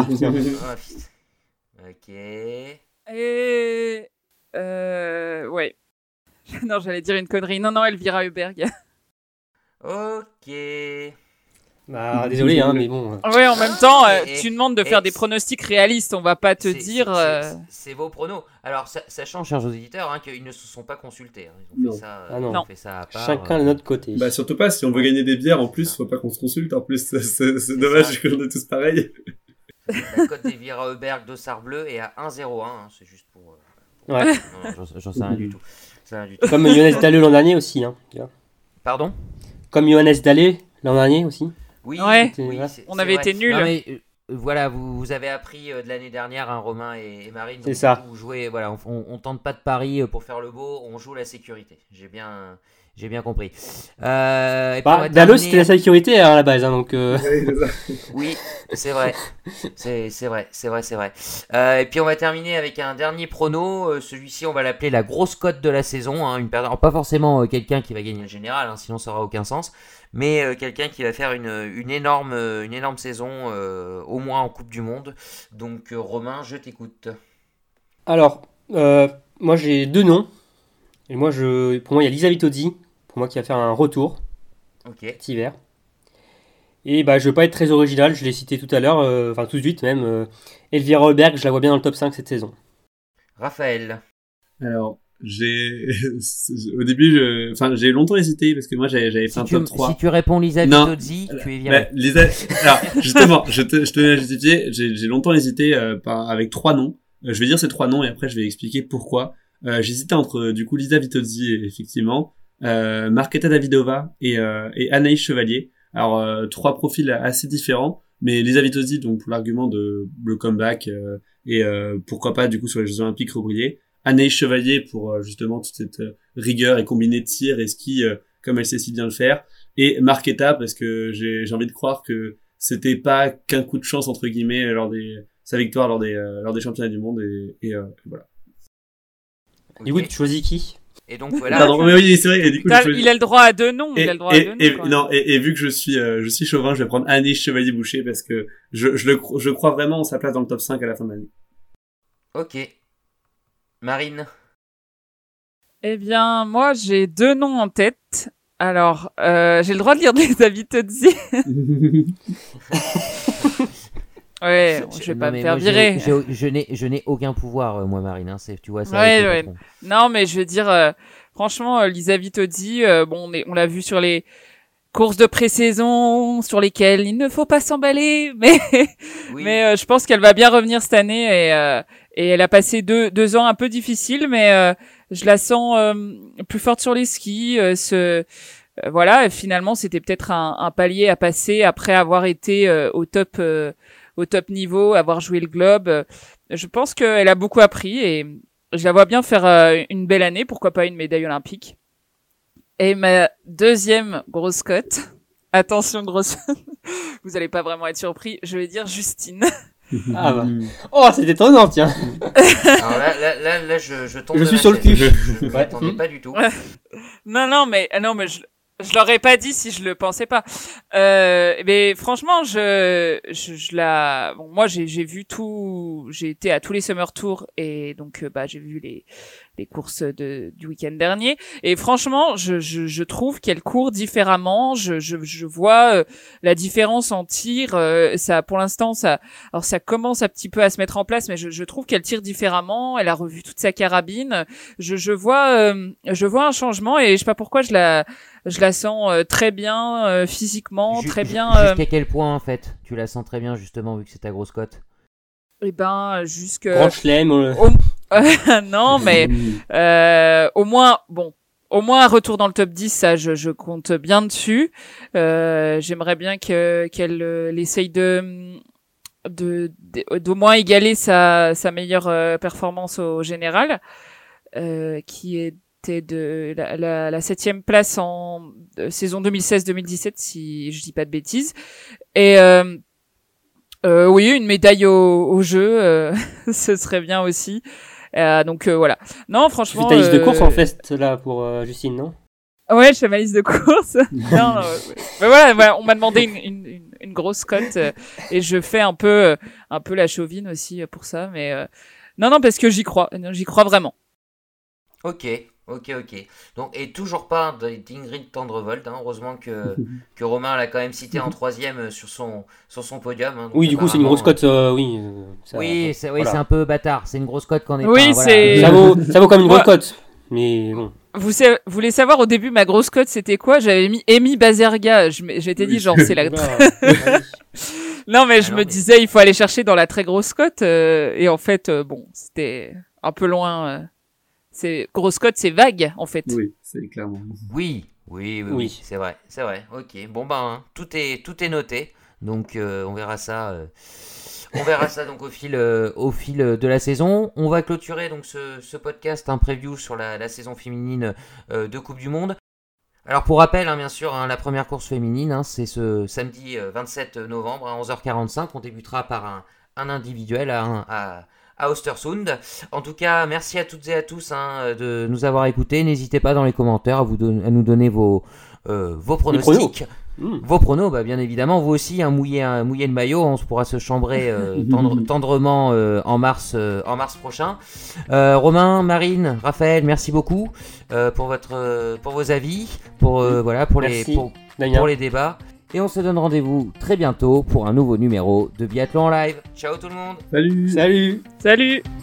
Ok. Et ouais. Non, j'allais dire une connerie. Non, Elvira Heuberg. Ok. Désolé, hein, mais bon. Ouais, en même temps, tu demandes de faire des pronostics réalistes. On va pas te dire. C'est vos pronos. Alors, sachant, chers auditeurs, hein, qu'ils ne se sont pas consultés. Hein. Ils ont fait ça à part. Chacun de notre côté. Surtout pas si on veut gagner des bières en plus, faut pas qu'on se consulte. En plus, c'est dommage qu'on est tous pareils. La cote d'Elvira Heuberg de Sarbleu est à 1,01. Hein. C'est juste pour. Ouais. Non, j'en sais rien du tout. Comme Johannes Dalle l'an dernier aussi. Hein. Pardon ? Comme Johannes Dalle l'an dernier aussi. Oui, ouais. On avait été nuls. Voilà, vous avez appris de l'année dernière, hein, Romain et Marine. C'est ça. Vous jouez, voilà, on tente pas de pari pour faire le beau, on joue la sécurité. J'ai bien compris. Dallo, c'était la sécurité à la base, hein, donc. Oui, c'est vrai. C'est vrai. Et puis on va terminer avec un dernier prono. Celui-ci, on va l'appeler la grosse cote de la saison. Hein, alors, pas forcément quelqu'un qui va gagner le général, hein, sinon ça n'aura aucun sens. Mais quelqu'un qui va faire une énorme saison, au moins en Coupe du Monde. Donc Romain, je t'écoute. Alors, moi j'ai 2 noms. Et pour moi, il y a Lisa Vitozzi, pour moi qui va faire un retour cet hiver. Et je ne veux pas être très original, je l'ai cité tout à l'heure, tout de suite même. Elvira Heuberg, je la vois bien dans le top 5 cette saison. Raphaël. Alors, Au début, j'ai longtemps hésité parce que moi j'avais fait un top 3. Si tu réponds Lisa Vitozzi, tu es viré. Alors, justement, je tenais à justifier, j'ai longtemps hésité avec 3 noms. Je vais dire ces 3 noms et après je vais expliquer pourquoi. J'hésitais entre, du coup, Lisa Vitozzi, effectivement, Marketa Davidova et Anaïs Chevalier. Alors, 3 profils assez différents, mais Lisa Vitozzi, donc, pour l'argument de le comeback, et pourquoi pas, du coup, sur les Jeux Olympiques rebriller. Anaïs Chevalier pour, justement, toute cette rigueur et combiner tir et ski, comme elle sait si bien le faire. Et Marketa, parce que j'ai envie de croire que c'était pas qu'un coup de chance, entre guillemets, sa victoire lors des championnats du monde, et voilà. Okay. Du coup, tu choisis qui? Et donc voilà. Pardon, mais oui, c'est vrai. Et du coup, il a le droit à 2 noms. Et vu que je suis chauvin, je vais prendre Anaïs Chevalier-Boucher parce que je crois vraiment en sa place dans le top 5 à la fin de l'année. Ok. Marine. Eh bien, moi, j'ai 2 noms en tête. Alors, j'ai le droit de lire Lisa Vitozzi. Ouais, je vais pas me faire virer. Je n'ai aucun pouvoir, moi, Marine. Hein, tu vois ça. Ouais. Non, mais je veux dire, franchement, Lisa Vitozzi, on l'a vu sur les courses de pré-saison, sur lesquelles il ne faut pas s'emballer, mais je pense qu'elle va bien revenir cette année et elle a passé 2 ans un peu difficiles, mais je la sens plus forte sur les skis. Voilà, et finalement, c'était peut-être un palier à passer après avoir été au top niveau, avoir joué le globe. Je pense qu'elle a beaucoup appris et je la vois bien faire une belle année, pourquoi pas une médaille olympique. Et ma deuxième grosse cote, attention grosse, vous allez pas vraiment être surpris, je vais dire Justine. Ah bah. Oh, c'est étonnant, tiens. Alors là, je tombe. Je suis sur le cul. Je m'attendais pas du tout. Non, mais je l'aurais pas dit si je le pensais pas. Mais franchement, moi j'ai vu tout, j'ai été à tous les Summer Tours et donc j'ai vu les courses du week-end dernier et franchement, je trouve qu'elle court différemment, je vois la différence en tir, ça pour l'instant ça commence un petit peu à se mettre en place, mais je trouve qu'elle tire différemment, elle a revu toute sa carabine, je vois un changement et je sais pas pourquoi je la sens très bien physiquement, très bien. Jusqu'à quel point en fait tu la sens très bien justement vu que c'est ta grosse cote? Eh ben jusque. Grand chelem. Non mais au moins un retour dans le top 10, ça je compte bien dessus. J'aimerais bien qu'elle essaye d'au moins égaler sa meilleure performance au général, qui était de la 7e place en saison 2016-2017 si je dis pas de bêtises. Et oui, une médaille au jeu, ce serait bien aussi. Donc voilà. Non, franchement. Tu fais ta liste de course en fait là pour Justine, non? Ouais, je fais ma liste de course. Non, mais voilà, on m'a demandé une grosse cote et je fais un peu la chauvine aussi pour ça, mais non, parce que j'y crois vraiment. Ok. Donc, et toujours pas d'Ingrid Tendrevold, hein. Heureusement que Romain l'a quand même cité en 3e sur son podium. Hein. Oui, du coup, c'est une grosse cote, oui. C'est un peu bâtard. C'est une grosse cote qu'on est oui, pas. C'est... Voilà. Ça vaut comme une grosse cote. Mais bon. Vous voulez savoir au début ma grosse cote c'était quoi? J'avais mis Amy Bazerga. J'étais dit genre c'est la. Non mais je me disais il faut aller chercher dans la très grosse cote et en fait c'était un peu loin. C'est grosse cote, c'est vague en fait. Oui, c'est clairement. Oui, c'est vrai. Ok, bon tout est noté. Donc on verra ça. On verra ça donc au fil de la saison. On va clôturer donc ce podcast, un preview sur la saison féminine de Coupe du Monde. Alors pour rappel, bien sûr, la première course féminine, c'est ce samedi 27 novembre à 11h45. On débutera par un individuel à Östersund. En tout cas, merci à toutes et à tous de nous avoir écoutés. N'hésitez pas dans les commentaires à nous donner vos pronostics. Vos pronos, bien évidemment. Vous aussi, mouillez le maillot. On pourra se chambrer tendrement en mars prochain. Romain, Marine, Raphaël, merci beaucoup pour vos avis, pour les débats. Et on se donne rendez-vous très bientôt pour un nouveau numéro de Biathlon en live. Ciao tout le monde. Salut. Salut.